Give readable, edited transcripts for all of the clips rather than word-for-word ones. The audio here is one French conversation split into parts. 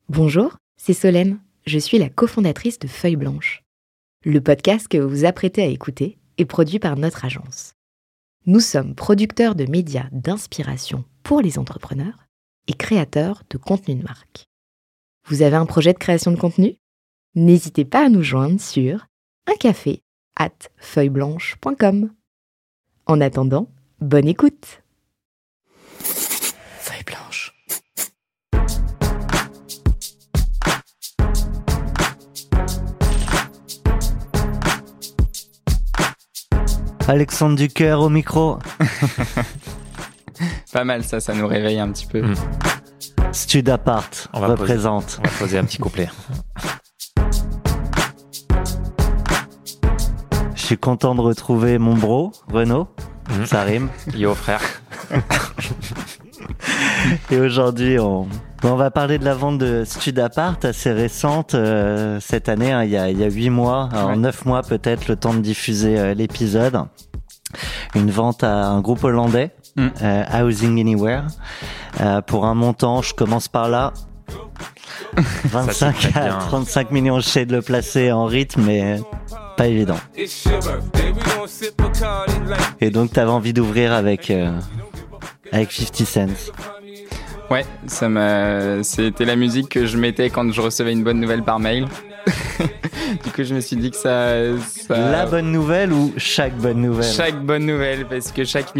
Bonjour, c'est Solène. Je suis la cofondatrice de Feuille Blanche. Le podcast que vous vous apprêtez à écouter est produit par notre agence. Nous sommes producteurs de médias d'inspiration pour les entrepreneurs et créateurs de contenu de marque. Vous avez un projet de création de contenu ? N'hésitez pas à nous joindre sur uncafé@feuilleblanche.com. En attendant, bonne écoute. Feuille Blanche. Alexandre Ducœur au micro. Pas mal ça nous réveille un petit peu. Stud Apart représente. On va poser un petit couplet. Je suis content de retrouver mon bro, Renaud. Ça rime. Yo frère. Et aujourd'hui, on va parler de la vente de Stud Apart, assez récente cette année, hein, il y a 8 mois, en 9 mois peut-être, le temps de diffuser l'épisode. Une vente à un groupe hollandais, Housing Anywhere, pour un montant, je commence par là, 25 à 35 millions, j'essaie de le placer en rythme, mais pas évident. Et donc t'avais envie d'ouvrir avec 50 Cent. Ouais, c'était la musique que je mettais quand je recevais une bonne nouvelle par mail. Du coup, je me suis dit que ça... La bonne nouvelle ou chaque bonne nouvelle ? Chaque bonne nouvelle, parce que chaque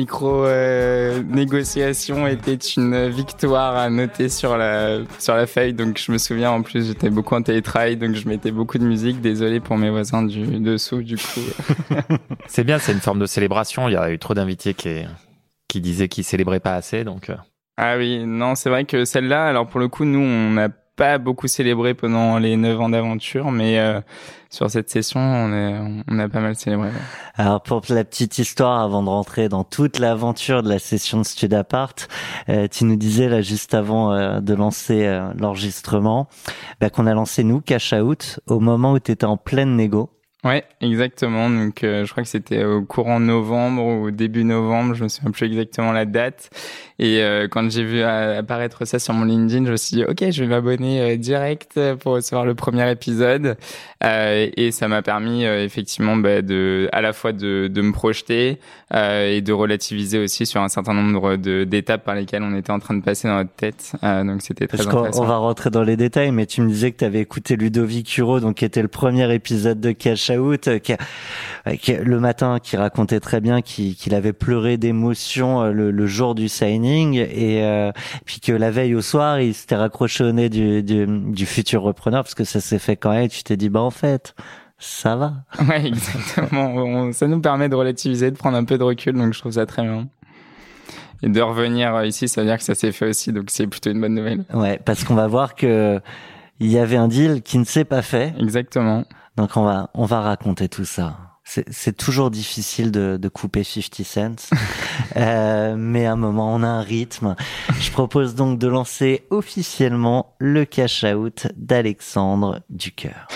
négociation était une victoire à noter sur la feuille. Donc, je me souviens, en plus, j'étais beaucoup en télétravail, donc je mettais beaucoup de musique. Désolé pour mes voisins du dessous, du coup. C'est bien, c'est une forme de célébration. Il y a eu trop d'invités qui disaient qu'ils célébraient pas assez, donc... Ah oui, non, c'est vrai que celle-là, alors pour le coup, nous, on n'a pas beaucoup célébré pendant les 9 ans d'aventure, mais sur cette session, on a pas mal célébré. Ouais. Alors pour la petite histoire, avant de rentrer dans toute l'aventure de la session de Stud Apart, tu nous disais là juste avant de lancer l'enregistrement, qu'on a lancé nous Cash Out au moment où tu étais en pleine négo. Ouais, exactement. Donc, je crois que c'était au courant novembre ou début novembre. Je me souviens plus exactement la date. Et quand j'ai vu apparaître ça sur mon LinkedIn, je me suis dit, ok, je vais m'abonner direct pour recevoir le premier épisode. Et ça m'a permis effectivement à la fois de me projeter et de relativiser aussi sur un certain nombre d'étapes par lesquelles on était en train de passer dans notre tête. Donc, c'était très intéressant. On va rentrer dans les détails, mais tu me disais que tu avais écouté Ludovic Huro, donc qui était le premier épisode de Cash Out, qui le matin, qui racontait très bien qu'il avait pleuré d'émotion le jour du signing, et puis que la veille au soir, il s'était raccroché au nez du futur repreneur, parce que ça s'est fait quand même, et tu t'es dit, en fait, ça va. Ouais, exactement. Ça nous permet de relativiser, de prendre un peu de recul, donc je trouve ça très bien. Et de revenir ici, ça veut dire que ça s'est fait aussi, donc c'est plutôt une bonne nouvelle. Ouais, parce qu'on va voir que il y avait un deal qui ne s'est pas fait. Exactement. Donc on va raconter tout ça. C'est toujours difficile de couper 50 Cent, mais à un moment on a un rythme. Je propose donc de lancer officiellement le Cash Out d'Alexandre Ducœur.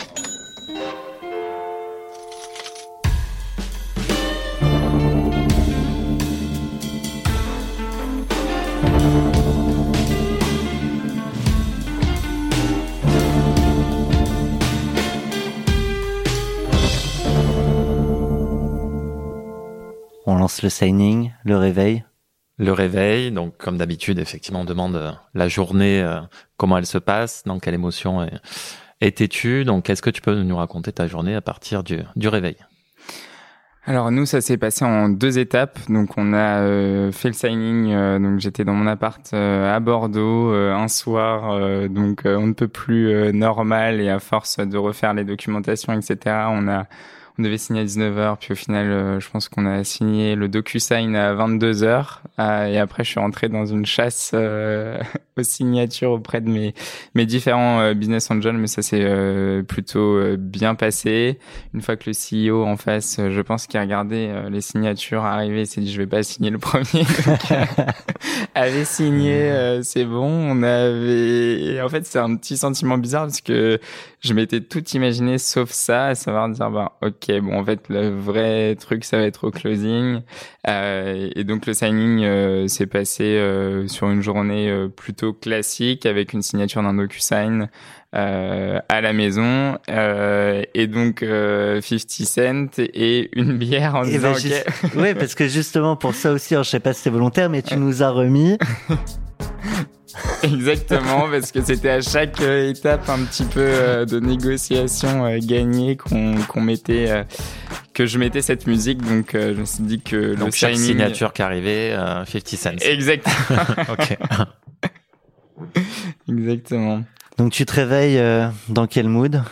On lance le signing, le réveil. Le réveil, donc comme d'habitude, effectivement, on demande la journée, comment elle se passe, dans quelle émotion étais-tu. Donc, est-ce que tu peux nous raconter ta journée à partir du réveil ? Alors nous, ça s'est passé en 2 étapes. Donc on a fait le signing. Donc j'étais dans mon appart à Bordeaux un soir. Donc on ne peut plus normal, et à force de refaire les documentations, etc. On devait signer à 19h, puis au final, je pense qu'on a signé le DocuSign à 22h. Et après, je suis rentré dans une chasse aux signatures auprès de mes différents business angels, mais ça s'est plutôt bien passé. Une fois que le CEO en face, je pense qu'il a regardé les signatures arriver, il s'est dit je vais pas signer le premier. Donc, avait signé, c'est bon. Et en fait, c'est un petit sentiment bizarre parce que je m'étais tout imaginé sauf ça, à savoir dire ok, bon, en fait, le vrai truc, ça va être au closing. Et donc, le signing s'est passé sur une journée plutôt classique avec une signature d'un DocuSign à la maison et donc 50 cents et une bière en disant OK. Ouais, parce que justement pour ça aussi, alors, je sais pas si c'est volontaire, mais tu nous as remis. Exactement, parce que c'était à chaque étape un petit peu de négociation gagnée qu'on mettait, que je mettais cette musique. Donc je me suis dit que donc le chaque signing... signature qui arrivait, 50 cents. Exactement. Ok. Exactement. Donc tu te réveilles dans quel mood?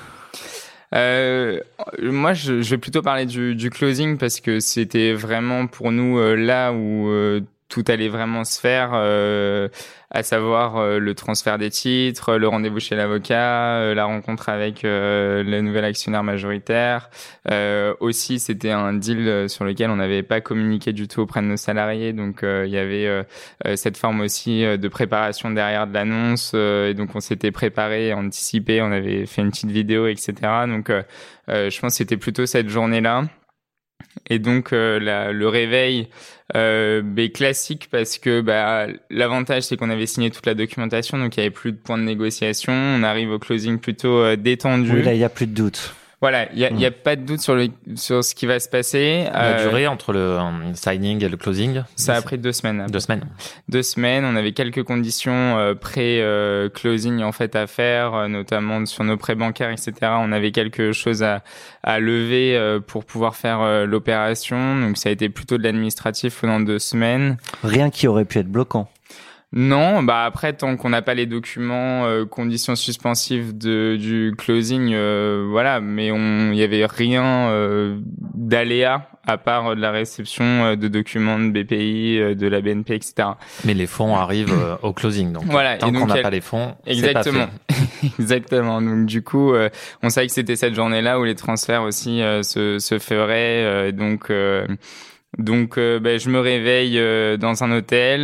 Moi, je vais plutôt parler du closing parce que c'était vraiment pour nous là où tout allait vraiment se faire, à savoir le transfert des titres, le rendez-vous chez l'avocat, la rencontre avec le nouvel actionnaire majoritaire. Aussi, c'était un deal sur lequel on n'avait pas communiqué du tout auprès de nos salariés, donc il y avait cette forme aussi de préparation derrière de l'annonce, et donc on s'était préparé, anticipé, on avait fait une petite vidéo, etc. Donc je pense que c'était plutôt cette journée-là. Et donc le réveil classique parce que l'avantage c'est qu'on avait signé toute la documentation, donc il y avait plus de points de négociation, on arrive au closing plutôt détendu. Oui, là il y a plus de doute. Voilà, il y a pas de doute sur ce qui va se passer. La durée entre le signing et le closing, ça a pris 2 semaines. 2 semaines. 2 semaines. On avait quelques conditions pré-closing en fait à faire, notamment sur nos prêts bancaires, etc. On avait quelque chose à lever pour pouvoir faire l'opération. Donc ça a été plutôt de l'administratif pendant 2 semaines. Rien qui aurait pu être bloquant. Non, après tant qu'on n'a pas les documents conditions suspensives du closing, voilà, mais il y avait rien d'aléa à part de la réception de documents de BPI, de la BNP, etc. Mais les fonds arrivent au closing, donc voilà, tant qu'on n'a pas les fonds, exactement. C'est pas fait. Exactement. Donc du coup, on savait que c'était cette journée-là où les transferts aussi se feraient, donc je me réveille dans un hôtel.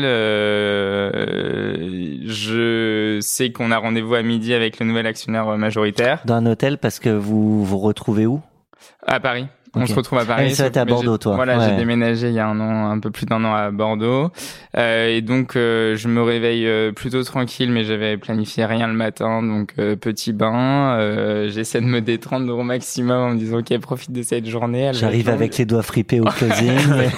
Je sais qu'on a rendez-vous à midi avec le nouvel actionnaire majoritaire. Dans un hôtel parce que vous vous retrouvez où? À Paris. Okay. On se retrouve à Paris. Ça va être à Bordeaux, toi. Voilà, ouais. J'ai déménagé il y a un peu plus d'1 an à Bordeaux. Et donc, je me réveille plutôt tranquille, mais j'avais planifié rien le matin. Donc, petit bain. J'essaie de me détendre au maximum en me disant, OK, profite de cette journée. J'arrive avec les doigts fripés au closing.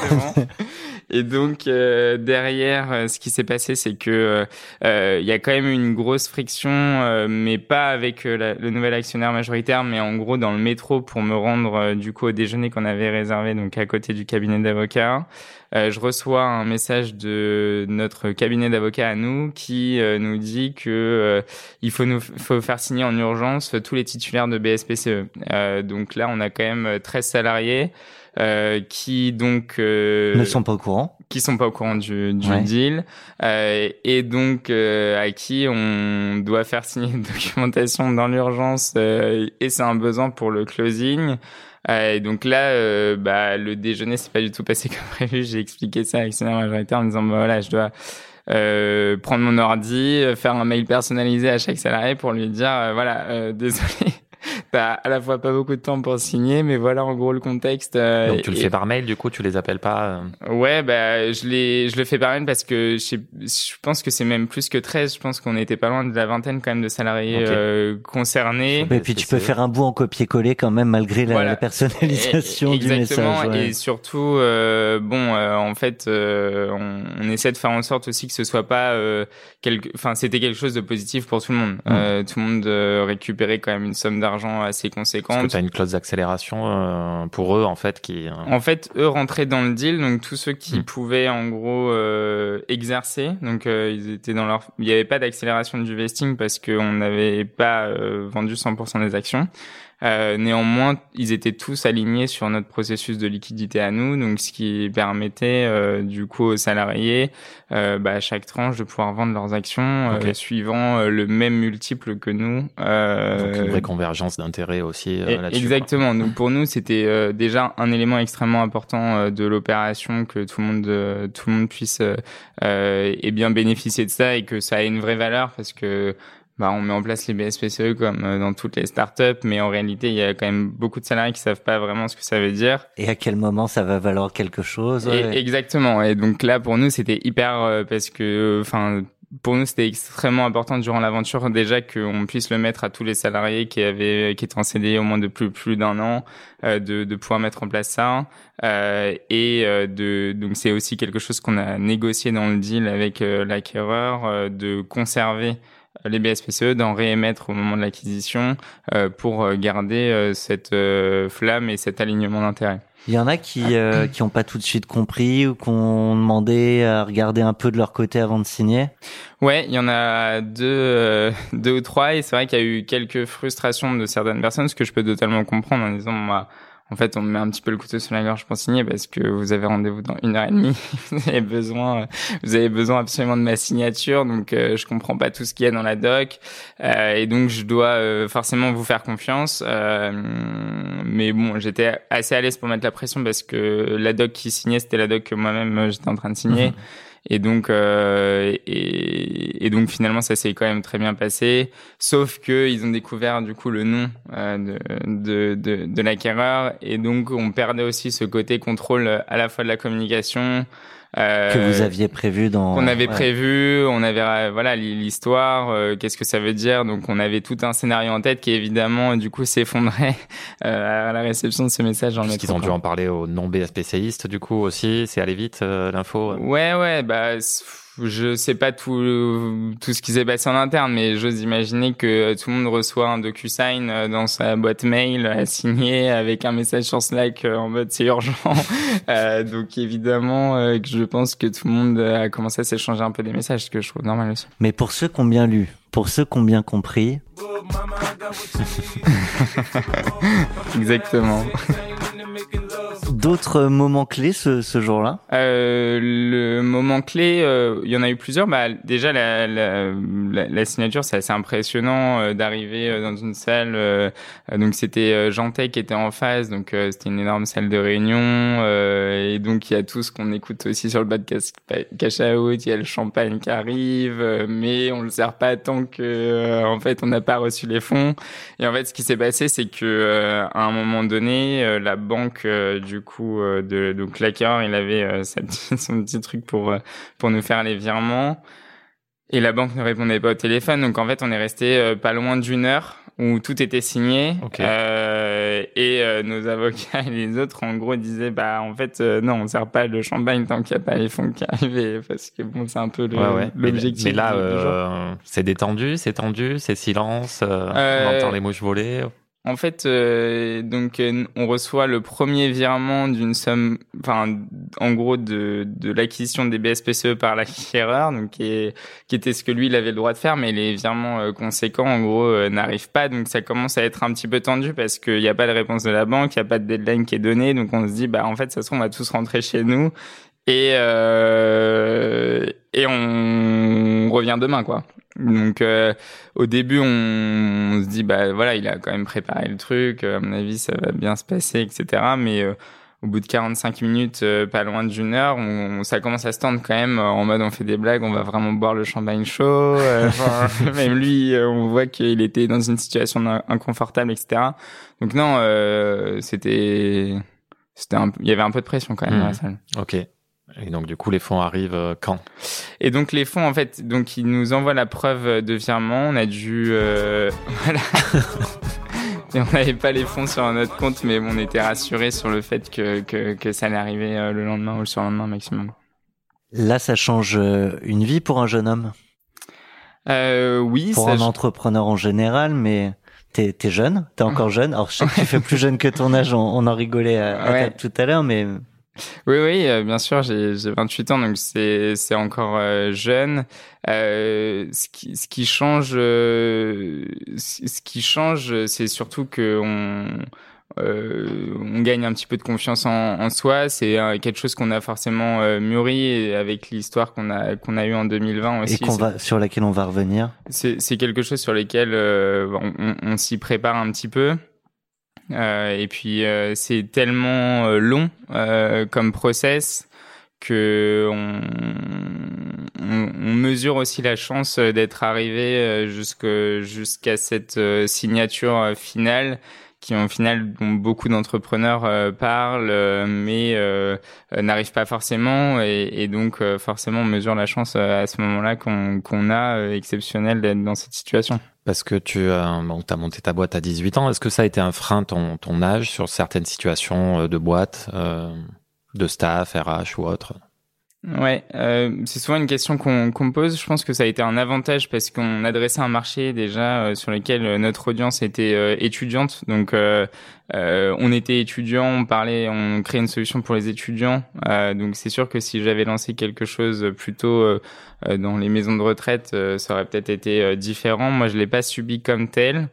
Et donc derrière, ce qui s'est passé, c'est que il y a quand même eu une grosse friction, mais pas avec le nouvel actionnaire majoritaire, mais en gros dans le métro pour me rendre du coup au déjeuner qu'on avait réservé, donc à côté du cabinet d'avocats. Je reçois un message de notre cabinet d'avocats à nous qui nous dit que il faut faire signer en urgence tous les titulaires de BSPCE. Donc là, on a quand même 13 salariés. Qui donc ne sont pas au courant, du deal, et donc à qui on doit faire signer une documentation dans l'urgence, et c'est un besoin pour le closing. Et donc là, le déjeuner s'est pas du tout passé comme prévu. J'ai expliqué ça à l'actionnaire majoritaire en disant voilà, je dois prendre mon ordi, faire un mail personnalisé à chaque salarié pour lui dire désolé. T'as à la fois pas beaucoup de temps pour signer, mais voilà en gros le contexte. Donc tu le fais par mail, du coup tu les appelles pas Ouais, je le fais par mail parce que je pense que c'est même plus que 13. Je pense qu'on était pas loin de la vingtaine quand même de salariés concernés. Et puis tu peux faire un bout en copier-coller quand même malgré la personnalisation du message. Exactement. Et surtout, en fait, on essaie de faire en sorte aussi que ce soit pas c'était quelque chose de positif pour tout le monde. Tout le monde récupérait quand même une somme d'argent assez conséquente. Parce que tu as une clause d'accélération pour eux en fait qui. En fait, eux rentraient dans le deal, donc tous ceux qui pouvaient en gros exercer, donc ils étaient dans leur. Il n'y avait pas d'accélération du vesting parce qu'on n'avait pas vendu 100% des actions. Néanmoins, ils étaient tous alignés sur notre processus de liquidité à nous, donc ce qui permettait du coup aux salariés à chaque tranche de pouvoir vendre leurs actions suivant le même multiple que nous. Donc une vraie convergence d'intérêts aussi là-dessus. Exactement. Donc pour nous, c'était déjà un élément extrêmement important de l'opération que tout le monde puisse bien bénéficier de ça et que ça ait une vraie valeur parce que on met en place les BSPCE comme dans toutes les startups, mais en réalité, il y a quand même beaucoup de salariés qui savent pas vraiment ce que ça veut dire. Et à quel moment ça va valoir quelque chose? Exactement. Et donc là, pour nous, c'était hyper parce que, pour nous, c'était extrêmement important durant l'aventure déjà qu'on puisse le mettre à tous les salariés qui étaient en CDI au moins de plus d'un an, de pouvoir mettre en place ça. Donc c'est aussi quelque chose qu'on a négocié dans le deal avec l'acquéreur, de conserver les BSPCE, d'en réémettre au moment de l'acquisition pour garder cette flamme et cet alignement d'intérêt. Il y en a qui ont pas tout de suite compris ou qui ont demandé à regarder un peu de leur côté avant de signer. Ouais, il y en a deux ou trois, et c'est vrai qu'il y a eu quelques frustrations de certaines personnes, ce que je peux totalement comprendre en disant en fait, on me met un petit peu le couteau sur la gorge pour signer parce que vous avez rendez-vous dans 1h30. Vous avez besoin absolument de ma signature. Donc, je comprends pas tout ce qu'il y a dans la doc. Et donc, je dois forcément vous faire confiance. Mais bon, j'étais assez à l'aise pour mettre la pression parce que la doc qui signait, c'était la doc que moi-même j'étais en train de signer. Et donc finalement ça s'est quand même très bien passé, sauf que ils ont découvert du coup le nom de l'acquéreur, et donc on perdait aussi ce côté contrôle à la fois de la communication que vous aviez prévu qu'on avait prévu, on avait l'histoire, qu'est-ce que ça veut dire, donc on avait tout un scénario en tête qui évidemment du coup s'effondrait à la réception de ce message dans le métro. Parce qu'ils ont dû en parler aux non-spécialistes du coup aussi, c'est allé vite l'info. Ouais, je sais pas tout ce qui s'est passé en interne, mais j'ose imaginer que tout le monde reçoit un DocuSign dans sa boîte mail à signer avec un message sur Slack en mode c'est urgent. Donc évidemment que je pense que tout le monde a commencé à s'échanger un peu des messages, ce que je trouve normal aussi. Mais pour ceux qui ont bien lu, pour ceux qui ont bien compris. Exactement. D'autres moments clés ce jour-là? Le moment clé, il y en a eu plusieurs. Déjà la signature, c'est assez impressionnant d'arriver dans une salle. Donc c'était Jeantech qui était en face, donc c'était une énorme salle de réunion. Et donc il y a tout ce qu'on écoute aussi sur le podcast Cash Out. Il y a le champagne qui arrive, mais on le sert pas tant que en fait on n'a pas reçu les fonds. Et en fait, ce qui s'est passé, c'est que à un moment donné, la banque du coup donc l'acquéreur, il avait son petit truc pour nous faire les virements, et la banque ne répondait pas au téléphone. Donc en fait, on est resté pas loin d'1 heure où tout était signé. Okay. Et nos avocats et les autres en gros disaient en fait non, on sert pas le champagne tant qu'il y a pas les fonds qui arrivent, parce que bon, c'est un peu l'objectif. Mais là c'est détendu, c'est tendu, c'est silence, on entend les mouches voler. En fait, on reçoit le premier virement d'une somme, en gros de l'acquisition des BSPCE par l'acquéreur, donc qui était ce que lui il avait le droit de faire, mais les virements conséquents en gros n'arrivent pas, donc ça commence à être un petit peu tendu parce qu'il n'y a pas de réponse de la banque, il n'y a pas de deadline qui est donné, donc on se dit en fait ça se trouve on va tous rentrer chez nous et on revient demain quoi. Donc au début on se dit il a quand même préparé le truc, à mon avis ça va bien se passer, etc. Mais au bout de 45 minutes, pas loin d'1 heure, ça commence à se tendre quand même, en mode on fait des blagues, on va vraiment boire le champagne chaud. Même lui, on voit qu'il était dans une situation inconfortable, etc. Donc non, il y avait un peu de pression quand même dans la salle. Ok. Et donc du coup les fonds arrivent quand? Et donc les fonds en fait, donc ils nous envoient la preuve de virement. On a dû voilà. Et on n'avait pas les fonds sur notre compte, mais on était rassurés sur le fait que ça allait arriver le lendemain ou le surlendemain maximum. Là, ça change une vie pour un jeune homme. Oui. Pour un entrepreneur en général, mais t'es jeune, t'es encore jeune. Alors je sais que tu fais plus jeune que ton âge, on en rigolait à tout à l'heure, mais... Oui, bien sûr, j'ai 28 ans, donc c'est encore jeune. Ce qui change, c'est surtout que on gagne un petit peu de confiance en soi. C'est quelque chose qu'on a forcément mûri avec l'histoire qu'on a eu en 2020 aussi. Et sur laquelle on va revenir. C'est quelque chose sur lequel on s'y prépare un petit peu. Et puis c'est tellement long comme process que on mesure aussi la chance d'être arrivé jusqu'à cette signature finale, qui au final dont beaucoup d'entrepreneurs parlent, mais n'arrivent pas forcément, et donc forcément on mesure la chance à ce moment-là qu'on a exceptionnelle d'être dans cette situation. Parce que t'as monté ta boîte à 18 ans. Est-ce que ça a été un frein, ton âge, sur certaines situations de boîte, de staff, RH ou autre? Ouais, c'est souvent une question qu'on me pose. Je pense que ça a été un avantage parce qu'on adressait un marché déjà sur lequel notre audience était étudiante. Donc, on était étudiants, on créait une solution pour les étudiants. Donc, c'est sûr que si j'avais lancé quelque chose plutôt dans les maisons de retraite, ça aurait peut-être été différent. Moi, je l'ai pas subi comme tel.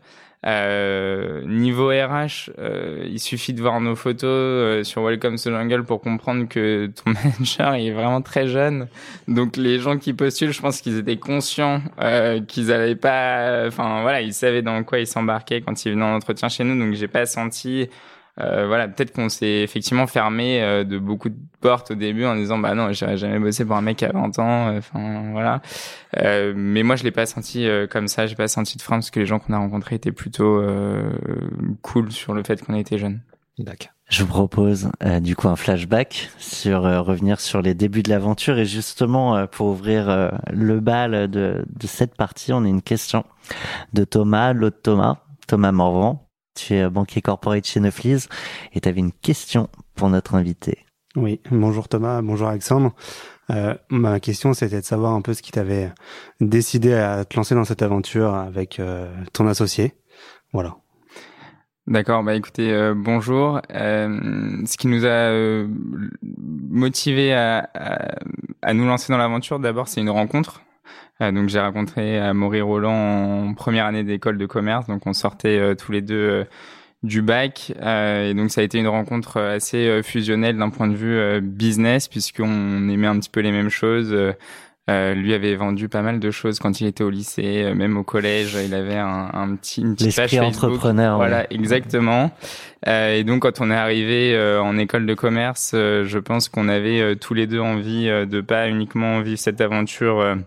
Niveau RH, il suffit de voir nos photos sur Welcome to Jungle pour comprendre que ton manager il est vraiment très jeune. Donc les gens qui postulent, je pense qu'ils étaient conscients qu'ils allaient pas, enfin voilà, ils savaient dans quoi ils s'embarquaient quand ils venaient en entretien chez nous. Donc j'ai pas senti peut-être qu'on s'est effectivement fermé de beaucoup de portes au début en disant bah non, j'irai jamais bosser pour un mec à 20 ans, voilà. Mais moi je l'ai pas senti comme ça, j'ai pas senti de frein parce que les gens qu'on a rencontrés étaient plutôt cool sur le fait qu'on était jeunes. D'accord. Je vous propose du coup un flashback sur revenir sur les débuts de l'aventure, et justement pour ouvrir le bal de cette partie, on a une question de Thomas, l'autre Thomas Morvan. Tu es banquier corporate chez Neuflize et tu avais une question pour notre invité. Oui, bonjour Thomas, bonjour Alexandre. Ma question, c'était de savoir un peu ce qui t'avait décidé à te lancer dans cette aventure avec ton associé. Voilà. D'accord, bah écoutez, bonjour. Ce qui nous a motivé à nous lancer dans l'aventure, d'abord, c'est une rencontre. Donc j'ai rencontré Amaury Roland en première année d'école de commerce, donc on sortait tous les deux du bac, et donc ça a été une rencontre assez fusionnelle d'un point de vue business, puisqu'on aimait un petit peu les mêmes choses. Lui avait vendu pas mal de choses quand il était au lycée, même au collège, il avait une petite page Facebook. Entrepreneur. Voilà, ouais. Exactement. Et donc quand on est arrivé en école de commerce, je pense qu'on avait tous les deux envie de pas uniquement vivre cette aventure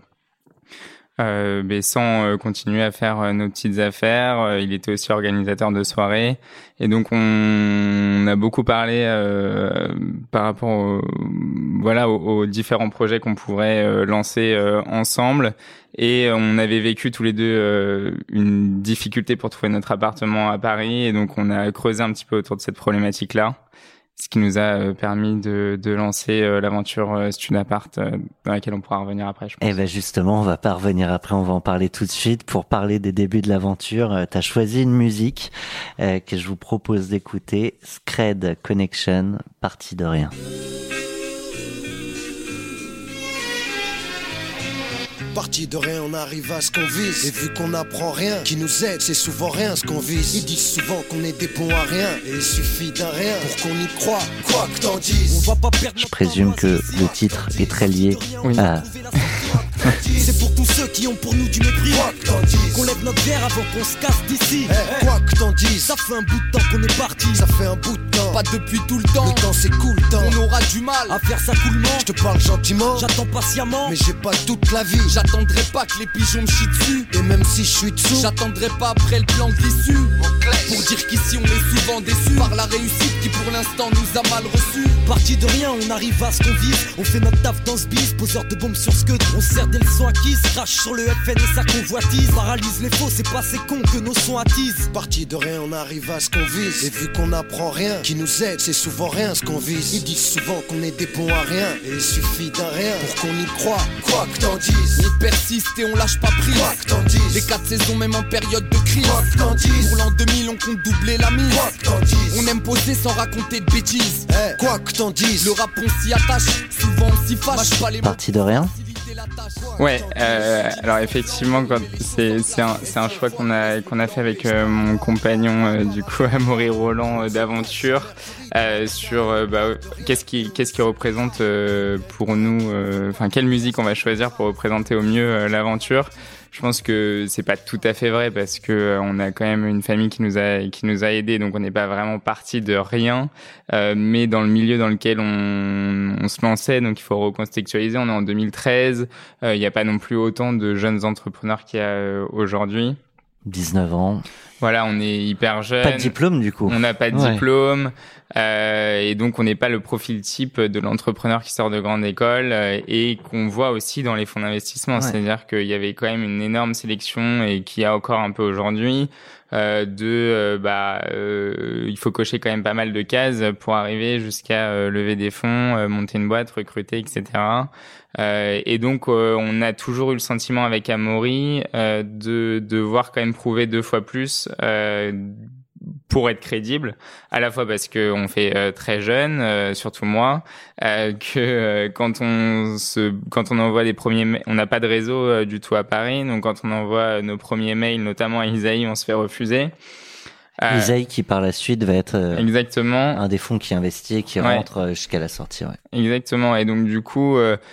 mais sans continuer à faire nos petites affaires. Il était aussi organisateur de soirées, et donc on a beaucoup parlé par rapport aux différents projets qu'on pourrait lancer ensemble, et on avait vécu tous les deux une difficulté pour trouver notre appartement à Paris, et donc on a creusé un petit peu autour de cette problématique-là, ce qui nous a permis de lancer l'aventure Studapart, dans laquelle on pourra revenir après, je pense. Et ben justement, on va pas revenir après, on va en parler tout de suite. Pour parler des débuts de l'aventure, tu as choisi une musique que je vous propose d'écouter, Scred Connection, Parti de rien. Parti de rien, on arrive à ce qu'on vise. Et vu qu'on n'apprend rien, qui nous aide, c'est souvent rien ce qu'on vise. Ils disent souvent qu'on est des bons à rien, et il suffit d'un rien pour qu'on y croit, quoi que t'en dises. On va pas perdre. Je présume que le titre est très lié à... C'est pour tous ceux qui ont pour nous du mépris, quoi que t'en dises. Qu'on lève notre verre avant qu'on se casse d'ici. Quoi que t'en dises. Ça fait un bout de temps qu'on est parti. Ça fait un bout de temps, pas depuis tout le temps. Le temps s'écoule, on aura du mal à faire ça coolement. Je te parle gentiment, j'attends patiemment, mais j'ai pas toute la vie. J'attendrai pas que les pigeons me chient dessus, et même si je suis dessous, j'attendrai pas après le plan de l'issue. Pour dire qu'ici on est souvent déçus par la réussite qui pour l'instant nous a mal reçus. Parti de rien, on arrive à ce qu'on vise. On fait notre taf dans ce bis, poseur de bombes sur ce que on sert des leçons acquises, crache sur le FN et sa convoitise. Paralyse les faux, c'est pas ces cons que nos sons attisent. Parti de rien, on arrive à ce qu'on vise. Et vu qu'on n'apprend rien, qui nous aide, c'est souvent rien ce qu'on vise. Ils disent souvent qu'on est des bons à rien, et il suffit d'un rien pour qu'on y croit, quoi que t'en dises. On persiste et on lâche pas prise, quoi que t'en dises. Les 4 saisons même en période de crise, quoi que t'en dises. Pour l'an 2000 on compte doubler la mise, quoi que t'en dises. On aime poser sans raconter de bêtises, quoi que t'en dises. Le rap on s'y attache, souvent on s'y fâche. Pas les Parti de rien. Ouais, alors effectivement, c'est un choix qu'on a fait avec mon compagnon du coup Amaury Roland d'aventure sur qu'est-ce qui représente pour nous, quelle musique on va choisir pour représenter au mieux l'aventure. Je pense que c'est pas tout à fait vrai parce que on a quand même une famille qui nous a aidés, donc on n'est pas vraiment parti de rien. Mais dans le milieu dans lequel on se lançait, donc il faut recontextualiser. On est en 2013. Il n'y a pas non plus autant de jeunes entrepreneurs qu'il y a aujourd'hui. 19 ans. Voilà, on est hyper jeunes. Pas de diplôme du coup. On n'a pas de diplôme. Et donc on n'est pas le profil type de l'entrepreneur qui sort de grande école et qu'on voit aussi dans les fonds d'investissement. Ouais. C'est-à-dire qu'il y avait quand même une énorme sélection et qu'il y a encore un peu aujourd'hui il faut cocher quand même pas mal de cases pour arriver jusqu'à lever des fonds, monter une boîte, recruter, etc. Et donc on a toujours eu le sentiment avec Amaury de devoir quand même prouver 2 fois plus pour être crédible, à la fois parce que on fait très jeune, surtout moi, que quand on envoie des premiers on n'a pas de réseau du tout à Paris, donc quand on envoie nos premiers mails, notamment à Isaïe, on se fait refuser. Isaïe qui par la suite va être exactement un des fonds qui investit et qui rentre jusqu'à la sortie. Ouais. Exactement. Et donc du coup,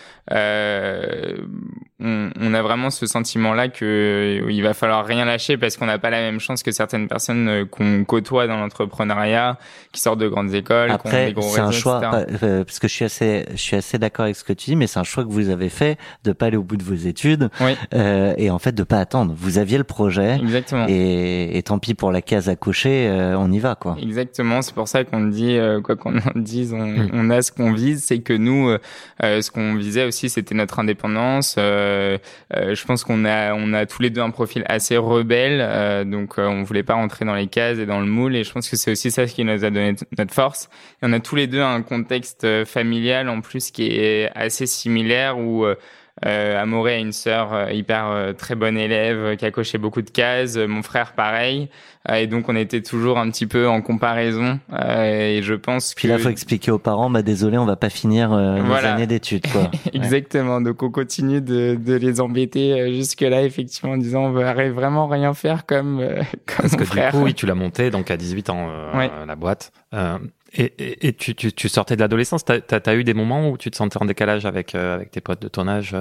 on a vraiment ce sentiment-là que il va falloir rien lâcher parce qu'on n'a pas la même chance que certaines personnes qu'on côtoie dans l'entrepreneuriat, qui sortent de grandes écoles, après, qui ont des gros c'est réseaux, un choix parce que je suis assez d'accord avec ce que tu dis, mais c'est un choix que vous avez fait de pas aller au bout de vos études et en fait de pas attendre. Vous aviez le projet. Exactement. Et tant pis pour la case à cocher, on y va quoi. Exactement. C'est pour ça qu'on dit quoi qu'on en dise, on a ce qu'on vise. C'est que nous, ce qu'on visait aussi, c'était notre indépendance. Je pense qu'on a tous les deux un profil assez rebelle, donc on voulait pas rentrer dans les cases et dans le moule, et je pense que c'est aussi ça qui nous a donné notre force. Et on a tous les deux un contexte familial en plus qui est assez similaire où Amaury a une sœur hyper très bonne élève qui a coché beaucoup de cases, mon frère pareil, et donc on était toujours un petit peu en comparaison, et je pense que... Puis là, faut expliquer aux parents, désolé, on va pas finir nos années d'études, quoi. Exactement, donc on continue de les embêter jusque-là, effectivement, en disant on va vraiment rien faire comme Parce que frère. Du coup, oui, tu l'as monté, donc à 18 ans, la boîte. Et tu sortais de l'adolescence, t'as eu des moments où tu te sentais en décalage avec tes potes de ton âge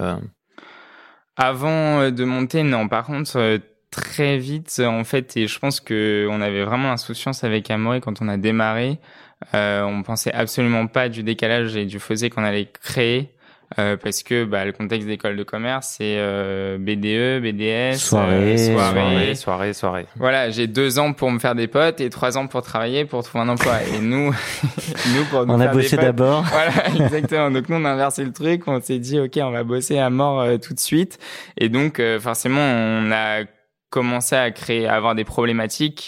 Avant de monter, non. Par contre, très vite, en fait, et je pense que on avait vraiment l'insouciance avec Amaury quand on a démarré. On pensait absolument pas du décalage et du fossé qu'on allait créer. Parce que le contexte d'école de commerce, c'est BDE, BDS, soirée. Voilà, j'ai 2 ans pour me faire des potes et 3 ans pour travailler, pour trouver un emploi. Et nous pour nous on faire a bossé d'abord. Voilà, exactement. Donc nous on a inversé le truc, on s'est dit ok, on va bosser à mort tout de suite. Et donc forcément on a commencé à avoir des problématiques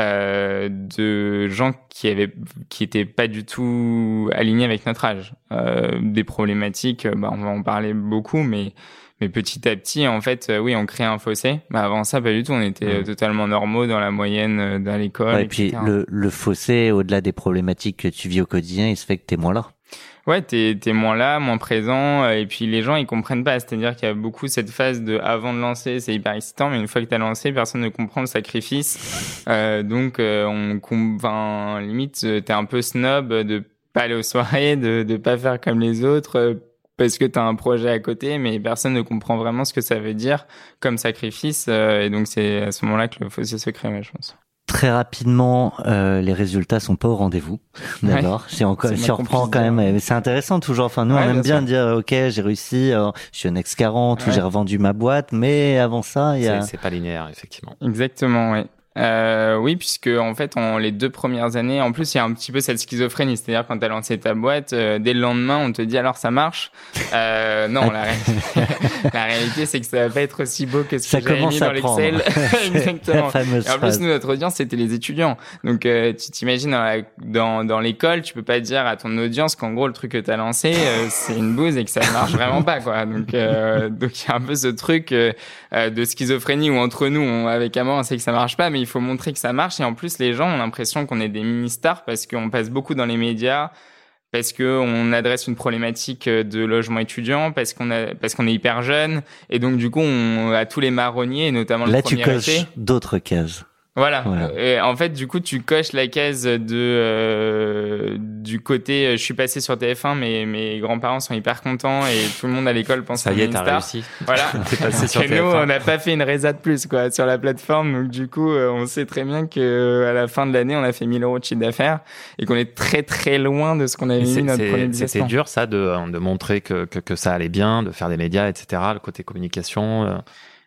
de gens qui étaient pas du tout alignés avec notre âge. Des problématiques, on va en parler beaucoup, mais petit à petit, en fait, oui, on crée un fossé. Avant ça, pas du tout. On était totalement normaux dans la moyenne dans l'école. Et puis le fossé, au-delà des problématiques que tu vis au quotidien, il se fait que t'es moins là. Ouais, t'es moins là, moins présent, et puis les gens ils comprennent pas. C'est-à-dire qu'il y a beaucoup cette phase de avant de lancer, c'est hyper excitant, mais une fois que t'as lancé, personne ne comprend le sacrifice. Donc limite t'es un peu snob de pas aller aux soirées, de pas faire comme les autres. Parce que t'as un projet à côté, mais personne ne comprend vraiment ce que ça veut dire comme sacrifice. Et donc c'est à ce moment-là que le fossé se crée, je pense. Très rapidement, les résultats sont pas au rendez-vous. D'abord, si on reprend quand même, c'est intéressant toujours. Enfin, nous, on aime bien dire, ok, j'ai réussi, je suis un ex-40 ou j'ai revendu ma boîte, mais avant ça, c'est pas linéaire, effectivement. Exactement, oui. Oui, puisque en fait, les 2 premières années, en plus, il y a un petit peu cette schizophrénie, c'est-à-dire quand t'as lancé ta boîte, dès le lendemain, on te dit alors ça marche. Non, la réalité, c'est que ça va pas être aussi beau que ce que j'avais mis dans l'Excel. Exactement. Et en plus, nous, notre audience, c'était les étudiants. Donc, tu t'imagines dans l'école, tu peux pas dire à ton audience qu'en gros le truc que t'as lancé, c'est une bouse et que ça marche vraiment pas, quoi. Donc, il y a un peu ce truc de schizophrénie où entre nous, avec Amaury, on sait que ça marche pas, mais il faut montrer que ça marche. Et en plus, les gens ont l'impression qu'on est des mini-stars parce qu'on passe beaucoup dans les médias, parce qu'on adresse une problématique de logement étudiant, parce qu'on est hyper jeune. Et donc, du coup, on a tous les marronniers, et notamment là, le premier tu coches d'autres cases. Voilà. Et en fait, du coup, tu coches la case du côté je suis passé sur TF1, mais mes grands-parents sont hyper contents et tout le monde à l'école pense ça y est, t'as star. Réussi. Voilà. T'es passé sur TF1. Nous, on n'a pas fait une résa de plus quoi sur la plateforme, donc du coup, on sait très bien que à la fin de l'année, on a fait 1 000 € de chiffre d'affaires et qu'on est très très loin de ce qu'on avait mis notre premier business plan. C'était dur ça de montrer que ça allait bien, de faire des médias, etc. Le côté communication.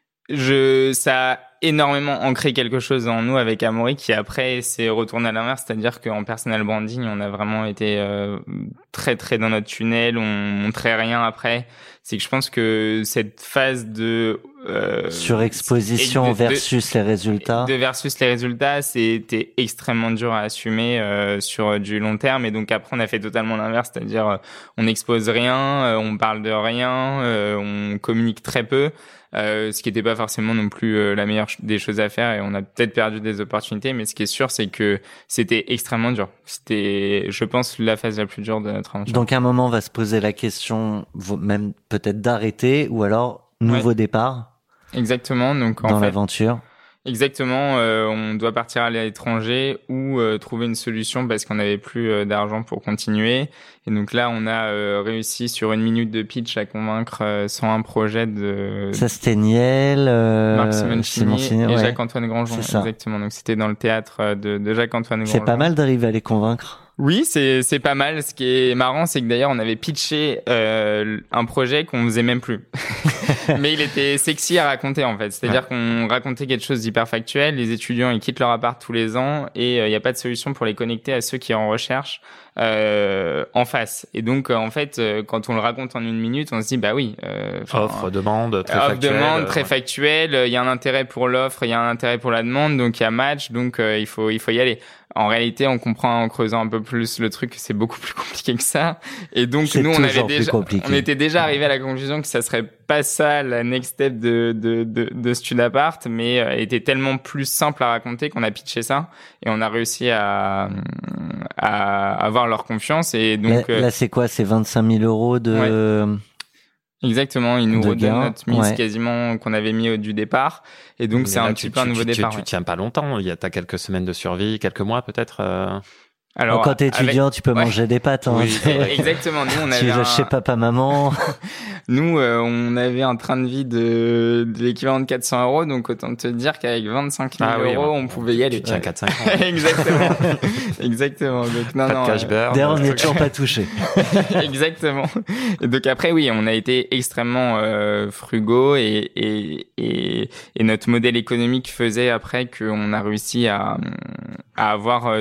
Ça a énormément ancré quelque chose en nous avec Amaury qui après s'est retourné à l'inverse, c'est-à-dire qu'en personal branding, on a vraiment été très très dans notre tunnel, on montrait rien après. C'est que je pense que cette phase de surexposition versus les résultats. Versus les résultats, c'était extrêmement dur à assumer sur du long terme. Et donc après, on a fait totalement l'inverse, c'est-à-dire on n'expose rien, on parle de rien, on communique très peu. Ce qui n'était pas forcément non plus la meilleure des choses à faire et on a peut-être perdu des opportunités, mais ce qui est sûr, c'est que c'était extrêmement dur. C'était, je pense, la phase la plus dure de notre aventure. Donc à un moment, on va se poser la question, même peut-être d'arrêter ou alors nouveau départ. Exactement. Donc dans l'aventure. Exactement, on doit partir à l'étranger ou trouver une solution parce qu'on n'avait plus d'argent pour continuer. Et donc là, on a réussi sur 1 minute de pitch à convaincre 101 projets de... Ça, c'était Niel, Marc Simoncini et Jacques-Antoine Grandjean. Exactement, donc c'était dans le théâtre de Jacques-Antoine Grandjean. C'est pas mal d'arriver à les convaincre. Oui, c'est pas mal. Ce qui est marrant, c'est que d'ailleurs, on avait pitché un projet qu'on faisait même plus. Mais il était sexy à raconter, en fait. C'est-à-dire qu'on racontait quelque chose d'hyper factuel. Les étudiants, ils quittent leur appart tous les ans et il n'y a pas de solution pour les connecter à ceux qui sont en recherche en face. Et donc, en fait, quand on le raconte en 1 minute, on se dit, bah oui. Offre, demande, très factuel. Offre, demande, très factuel. Il y a un intérêt pour l'offre, il y a un intérêt pour la demande, donc il y a match, donc il faut y aller. En réalité, on comprend en creusant un peu plus le truc que c'est beaucoup plus compliqué que ça. Et donc, nous, on était déjà arrivé à la conclusion que ça serait pas ça la next step de Studapart, mais elle était tellement plus simple à raconter qu'on a pitché ça et on a réussi à avoir leur confiance. Et donc, là c'est quoi? C'est 25 000 € de... Ouais. Exactement, ils nous redonnent notre mise quasiment qu'on avait mis du départ. Et donc, c'est un petit peu un nouveau départ. Tu tiens pas longtemps. T'as quelques semaines de survie, quelques mois peut-être. Alors, quand t'es étudiant, tu peux manger des pâtes. Hein. Oui, exactement. Nous, on avait chez papa, maman. Nous, on avait un train de vie de l'équivalent de 400 €. Donc, autant te dire qu'avec 25 000 €, on pouvait y aller. Tu tiens 4-5 ans. Exactement. Exactement. Donc, pas de cash burn. D'ailleurs, on n'est toujours pas touché. Exactement. Et donc, après, oui, on a été extrêmement frugaux et notre modèle économique faisait après qu'on a réussi à avoir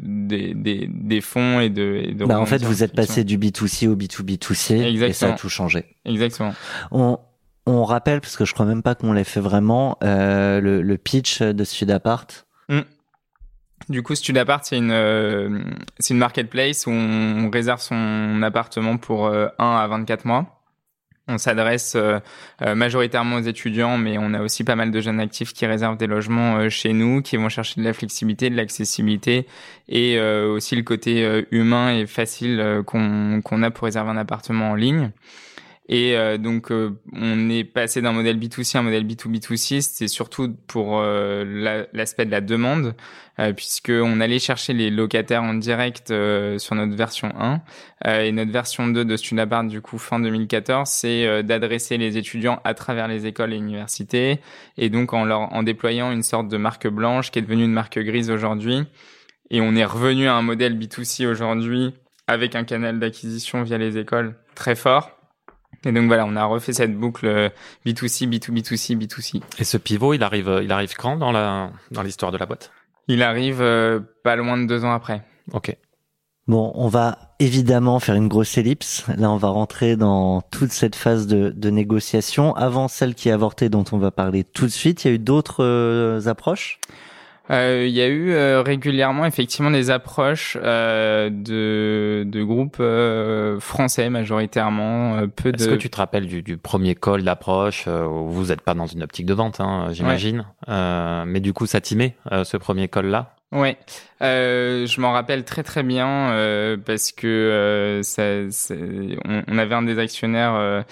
des fonds et de en fait, vous êtes passé du B2C au B2B2C. Exactement. Et ça a tout changé. Exactement. On rappelle, parce que je crois même pas qu'on l'ait fait vraiment, le pitch de Studapart. Du coup, Studapart, c'est une marketplace où on réserve son appartement pour 1 à 24 mois. On s'adresse majoritairement aux étudiants, mais on a aussi pas mal de jeunes actifs qui réservent des logements chez nous, qui vont chercher de la flexibilité, de l'accessibilité et aussi le côté humain et facile qu'on a pour réserver un appartement en ligne. Et donc, on est passé d'un modèle B2C à un modèle B2B2C. C'est surtout pour l'aspect de la demande, puisqu'on allait chercher les locataires en direct sur notre version 1. Et notre version 2 de Studapart, du coup, fin 2014, c'est d'adresser les étudiants à travers les écoles et universités. Et donc, en déployant une sorte de marque blanche qui est devenue une marque grise aujourd'hui. Et on est revenu à un modèle B2C aujourd'hui avec un canal d'acquisition via les écoles très fort. Et donc voilà, on a refait cette boucle B2C, B2B2C, B2C. Et ce pivot, il arrive quand dans l'histoire de la boîte? Il arrive pas loin de 2 ans après. Ok. Bon, on va évidemment faire une grosse ellipse. Là, on va rentrer dans toute cette phase de négociation. Avant celle qui a avorté, dont on va parler tout de suite, il y a eu d'autres approches? Il y a eu régulièrement effectivement des approches de groupes français majoritairement. Est-ce que tu te rappelles du premier call d'approche où vous n'êtes pas dans une optique de vente, hein, j'imagine, mais du coup ça t'y met ce premier call là? Ouais, je m'en rappelle très très bien parce que on avait un des actionnaires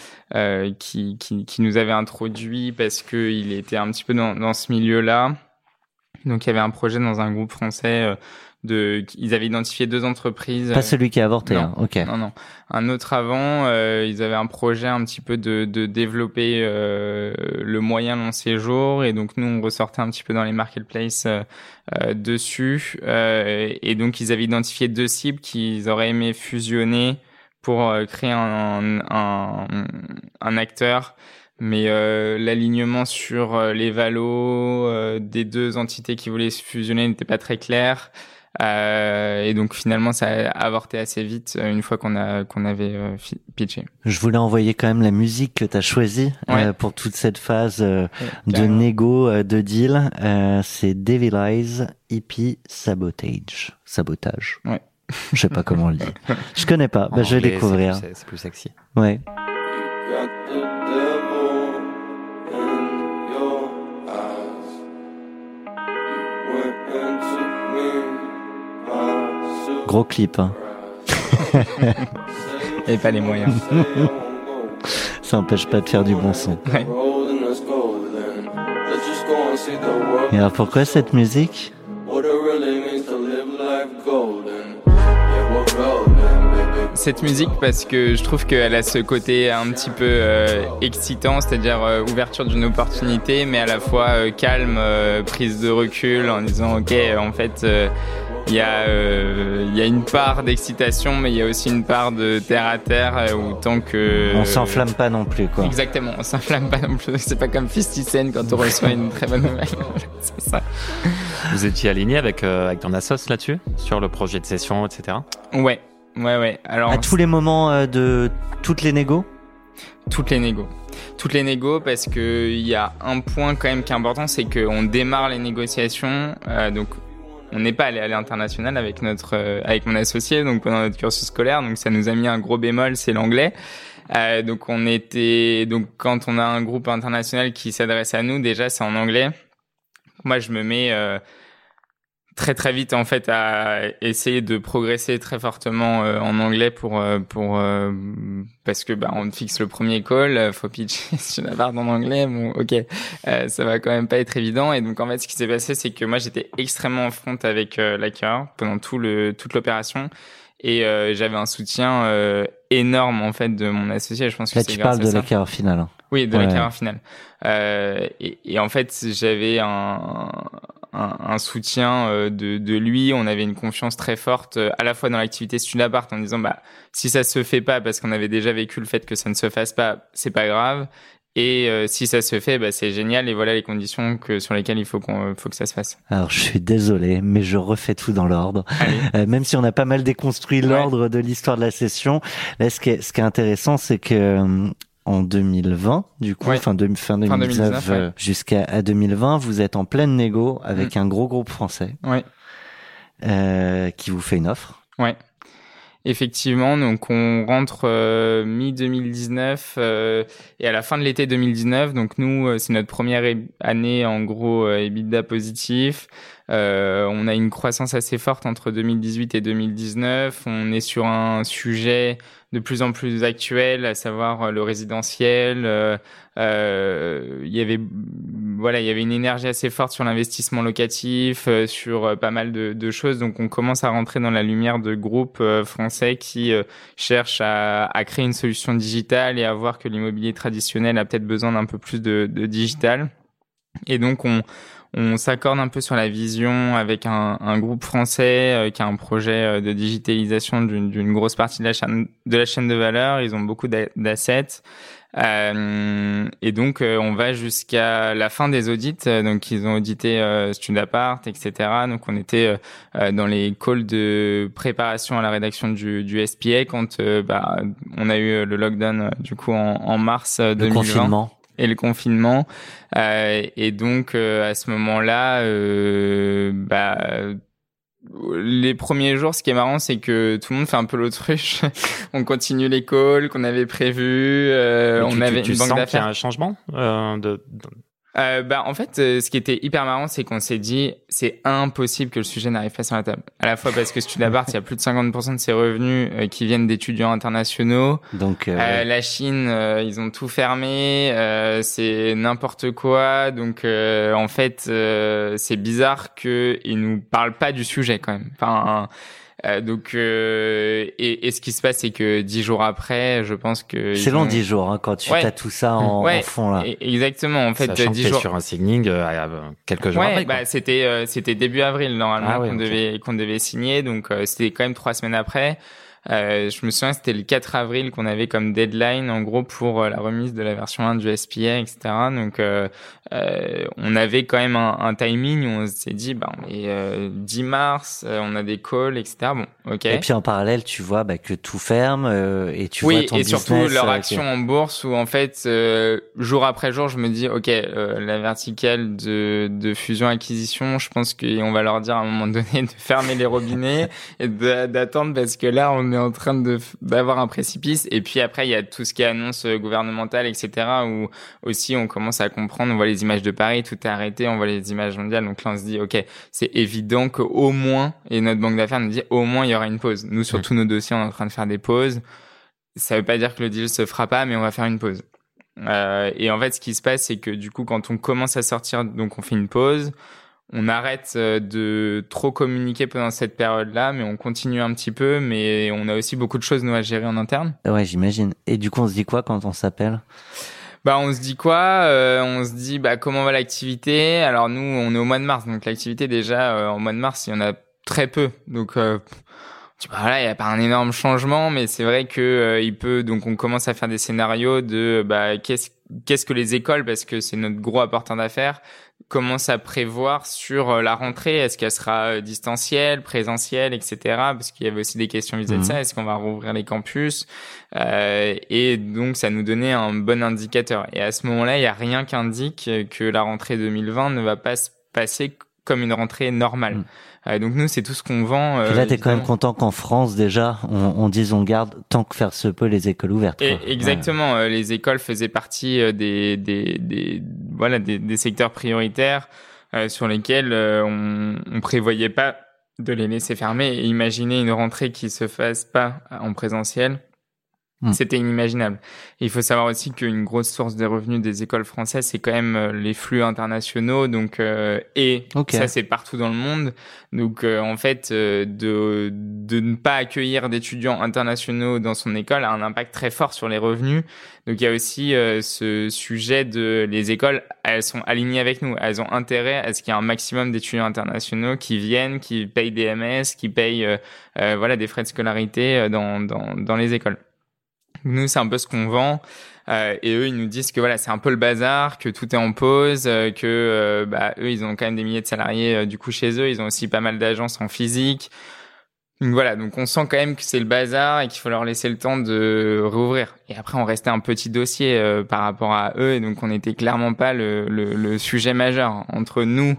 qui nous avait introduit parce que il était un petit peu dans ce milieu-là. Donc il y avait un projet dans un groupe français ils avaient identifié 2 entreprises. Pas celui qui a avorté, non, hein. Ok. Non. Un autre avant, ils avaient un projet un petit peu de développer le moyen long séjour, et donc nous on ressortait un petit peu dans les marketplaces dessus, et donc ils avaient identifié 2 cibles qu'ils auraient aimé fusionner pour créer un acteur. Mais l'alignement sur les valos des 2 entités qui voulaient se fusionner n'était pas très clair. Et donc finalement ça a avorté assez vite une fois qu'on avait pitché. Je voulais envoyer quand même la musique que t'as choisie pour toute cette phase de négo, de deal. C'est Devil Eyes, Hippie Sabotage. Ouais. Je sais pas comment on le dit. Je connais pas. Je vais découvrir. C'est plus sexy. Ouais. Gros clip, hein. Et pas les moyens. Ça empêche pas de faire du bon son. Ouais. Et alors pourquoi cette musique ? Cette musique parce que je trouve qu'elle a ce côté un petit peu excitant, c'est-à-dire ouverture d'une opportunité, mais à la fois calme, prise de recul en disant ok, en fait il y a une part d'excitation, mais il y a aussi une part de terre à terre où tant que on s'enflamme pas non plus, quoi. Exactement, on s'enflamme pas non plus. C'est pas comme 50 Cent quand on reçoit une très bonne nouvelle. C'est ça. Vous étiez aligné avec ton assos là-dessus, sur le projet de session, etc. Ouais. Alors à tous les moments de toutes les négos. Toutes les négos, parce que il y a un point quand même qui est important, c'est qu'on démarre les négociations, donc on n'est pas allé à l'international avec mon associé, donc pendant notre cursus scolaire, donc ça nous a mis un gros bémol, c'est l'anglais. Donc quand on a un groupe international qui s'adresse à nous, déjà c'est en anglais. Moi je me mets très très vite en fait à essayer de progresser très fortement en anglais pour parce que on fixe le premier call, faut pitcher sur la barre en anglais, bon ok, ça va quand même pas être évident. Et donc en fait ce qui s'est passé, c'est que moi j'étais extrêmement en front avec l'acquéreur pendant toute l'opération, et j'avais un soutien énorme en fait de mon associé. Je pense que là c'est tu grâce parles à de ça. l'acquéreur final. Oui, de l'acquéreur final. Et en fait j'avais un soutien de lui. On avait une confiance très forte à la fois dans l'activité Studapart, en disant si ça se fait pas, parce qu'on avait déjà vécu le fait que ça ne se fasse pas, c'est pas grave, et si ça se fait, c'est génial, et voilà les conditions sur lesquelles il faut que ça se fasse. Alors je suis désolé, mais je refais tout dans l'ordre. Même si on a pas mal déconstruit l'ordre de l'histoire de la session, là ce qui est intéressant, c'est que en 2020, du coup, fin 2019 jusqu'à 2020, vous êtes en pleine négo avec un gros groupe français qui vous fait une offre. Ouais. Effectivement, donc on rentre mi-2019 et à la fin de l'été 2019, donc nous, c'est notre première année en gros EBITDA positif. On a une croissance assez forte entre 2018 et 2019. On est sur un sujet de plus en plus actuel, à savoir le résidentiel. Il y avait une énergie assez forte sur l'investissement locatif, sur pas mal de choses. Donc on commence à rentrer dans la lumière de groupes français qui cherchent à créer une solution digitale et à voir que l'immobilier traditionnel a peut-être besoin d'un peu plus de digital. Et donc on s'accorde un peu sur la vision avec un groupe français qui a un projet de digitalisation d'une grosse partie de la chaîne de valeur. Ils ont beaucoup d'assets. Et donc on va jusqu'à la fin des audits. Donc ils ont audité Studapart, etc. Donc on était dans les calls de préparation à la rédaction du SPA quand on a eu le lockdown du coup en mars 2020. Le confinement. Et le confinement, et donc à ce moment-là, les premiers jours, ce qui est marrant, c'est que tout le monde fait un peu l'autruche. On continue les calls qu'on avait prévus. On avait une banque d'affaires. Qu'il y a un changement En fait, ce qui était hyper marrant, c'est qu'on s'est dit, c'est impossible que le sujet n'arrive pas sur la table. À la fois parce que Studapart, il y a plus de 50% de ses revenus qui viennent d'étudiants internationaux. Donc, la Chine, ils ont tout fermé, c'est n'importe quoi. Donc, en fait, c'est bizarre qu'ils nous parlent pas du sujet quand même. Enfin. Et ce qui se passe, c'est que 10 jours après, je pense que c'est long 10 jours hein, quand tu as tout ça en fond là. Exactement. En fait, sachant 10 que jours sur un signing quelques jours après. Quoi. C'était début avril normalement qu'on devait signer, donc c'était quand même 3 semaines après. Je me souviens, c'était le 4 avril qu'on avait comme deadline, en gros, pour la remise de la version 1 du SPA, etc. Donc, on avait quand même un timing où on s'est dit, on est 10 mars, on a des calls, etc. Bon, ok. Et puis en parallèle, tu vois que tout ferme et tu vois ton business. Oui, et surtout leur action en bourse où en fait, jour après jour, je me dis, ok, la verticale de fusion-acquisition, je pense qu'on va leur dire à un moment donné de fermer les robinets et d'attendre parce que là, on est en train d'avoir un précipice. Et puis après, il y a tout ce qui est annonce gouvernementale, etc. où aussi on commence à comprendre, on voit les images de Paris, tout est arrêté, on voit les images mondiales. Donc là, on se dit, ok, c'est évident qu'au moins, et notre banque d'affaires nous dit, au moins, il y aura une pause. Nous, sur tous nos dossiers, on est en train de faire des pauses. Ça veut pas dire que le deal se fera pas, mais on va faire une pause. Et en fait, ce qui se passe, c'est que du coup, quand on commence à sortir, donc on fait une pause. On arrête de trop communiquer pendant cette période-là, mais on continue un petit peu, mais on a aussi beaucoup de choses, nous, à gérer en interne. Ouais, j'imagine. Et du coup, on se dit quoi quand on s'appelle ? On se dit quoi ? On se dit, comment va l'activité ? Alors, nous, on est au mois de mars, donc l'activité, déjà, au mois de mars, il y en a très peu. Donc, il n'y a pas un énorme changement, mais c'est vrai que il peut. Donc, on commence à faire des scénarios de qu'est-ce que les écoles, parce que c'est notre gros apporteur d'affaires, commencent à prévoir sur la rentrée. Est-ce qu'elle sera distancielle, présentielle, etc. Parce qu'il y avait aussi des questions vis-à-vis de ça. Est-ce qu'on va rouvrir les campus ? Et donc, ça nous donnait un bon indicateur. Et à ce moment-là, il n'y a rien qui indique que la rentrée 2020 ne va pas se passer comme une rentrée normale. Donc nous, c'est tout ce qu'on vend. Et là, t'es quand même content qu'en France, déjà, on dise on garde tant que faire se peut les écoles ouvertes. Quoi. Exactement. Ouais. Les écoles faisaient partie des secteurs prioritaires sur lesquels on prévoyait pas de les laisser fermer. Et imaginer une rentrée qui se fasse pas en présentiel. C'était inimaginable. Et il faut savoir aussi qu'une grosse source des revenus des écoles françaises, c'est quand même les flux internationaux. Donc, ça, c'est partout dans le monde. Donc, en fait, de ne pas accueillir d'étudiants internationaux dans son école a un impact très fort sur les revenus. Donc, il y a aussi ce sujet de les écoles, elles sont alignées avec nous. Elles ont intérêt à ce qu'il y ait un maximum d'étudiants internationaux qui viennent, qui payent des MS, qui payent des frais de scolarité dans les écoles. Nous, c'est un peu ce qu'on vend. Et eux, ils nous disent que c'est un peu le bazar, que tout est en pause, que eux, ils ont quand même des milliers de salariés du coup chez eux. Ils ont aussi pas mal d'agences en physique. Donc on sent quand même que c'est le bazar et qu'il faut leur laisser le temps de rouvrir. Et après, on restait un petit dossier par rapport à eux, et donc on n'était clairement pas le sujet majeur entre nous.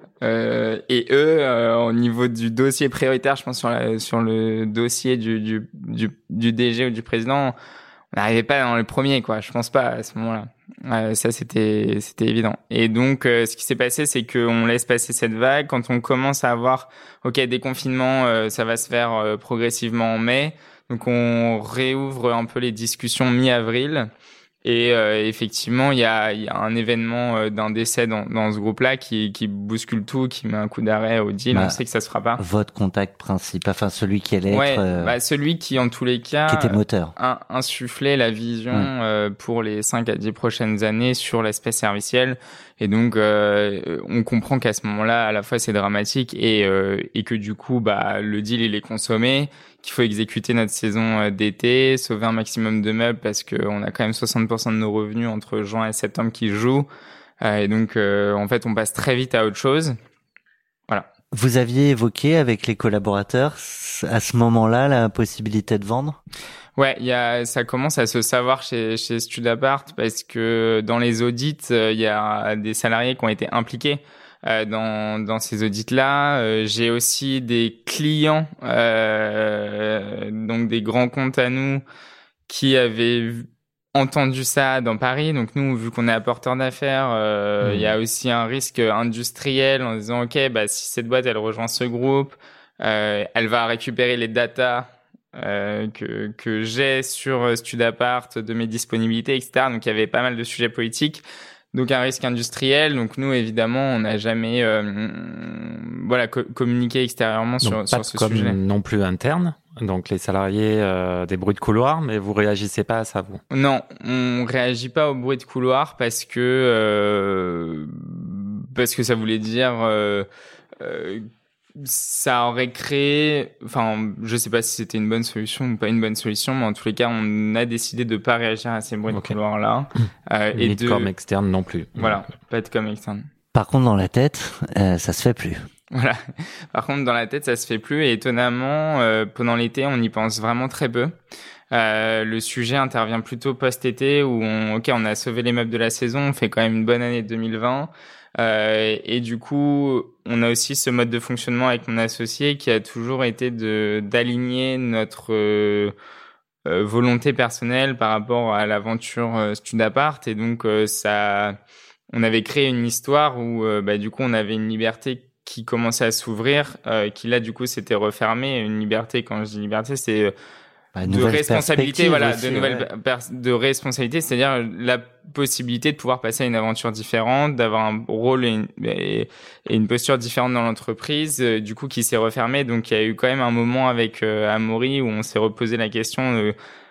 Et eux, au niveau du dossier prioritaire, je pense sur le dossier du DG ou du président, on n'arrivait pas dans le premier, quoi. Je pense pas à ce moment-là. Ça, c'était évident. Et donc, ce qui s'est passé, c'est qu'on laisse passer cette vague. Quand on commence à avoir, des confinements, ça va se faire progressivement en mai. Donc, on réouvre un peu les discussions mi-avril. Et effectivement, il y a un événement d'un décès dans ce groupe-là qui bouscule tout, qui met un coup d'arrêt au deal. On sait que ça se fera pas. Votre contact principal, enfin celui qui allait être... celui qui, en tous les cas, qui était moteur, insufflait la vision pour les 5 à 10 prochaines années sur l'aspect serviciel. Et donc, on comprend qu'à ce moment-là, à la fois, c'est dramatique et que du coup, le deal, il est consommé, qu'il faut exécuter notre saison d'été, sauver un maximum de meubles parce qu'on a quand même 60% de nos revenus entre juin et septembre qui jouent. Et donc, en fait, on passe très vite à autre chose. Voilà. Vous aviez évoqué avec les collaborateurs, à ce moment-là, la possibilité de vendre ? Ouais, ça commence à se savoir chez Studapart parce que dans les audits, il y a des salariés qui ont été impliqués dans ces audits-là. J'ai aussi des clients, donc des grands comptes à nous, qui avaient entendu ça dans Paris. Donc nous, vu qu'on est apporteur d'affaires, il y a aussi un risque industriel en disant ok, bah si cette boîte elle rejoint ce groupe, elle va récupérer les datas que j'ai sur Studapart, de mes disponibilités, etc. Donc il y avait pas mal de sujets politiques. Donc un risque industriel. Donc nous, évidemment, on n'a jamais communiqué extérieurement sur ce sujet. Non plus interne. Donc les salariés des bruits de couloir, mais vous réagissez pas à ça, vous? Non, on réagit pas aux bruits de couloir parce que ça voulait dire ça aurait créé, enfin, je sais pas si c'était une bonne solution ou pas une bonne solution, mais en tous les cas, on a décidé de pas réagir à ces bruits de couloir-là. Et de com externe non plus. Voilà, pas de com externe. Par contre, dans la tête, ça se fait plus. Voilà. Par contre, dans la tête, ça se fait plus. Et étonnamment, pendant l'été, on y pense vraiment très peu. Le sujet intervient plutôt post-été où on a sauvé les meubles de la saison, on fait quand même une bonne année 2020. Et du coup, on a aussi ce mode de fonctionnement avec mon associé qui a toujours été d'aligner notre volonté personnelle par rapport à l'aventure Studapart. Et donc, on avait créé une histoire où, du coup, on avait une liberté qui commençait à s'ouvrir, qui là, du coup, s'était refermée. Une liberté, quand je dis liberté, c'est de responsabilité, aussi, de responsabilité, c'est-à-dire la possibilité de pouvoir passer à une aventure différente, d'avoir un rôle et une posture différente dans l'entreprise, du coup qui s'est refermée. Donc il y a eu quand même un moment avec Amaury où on s'est reposé la question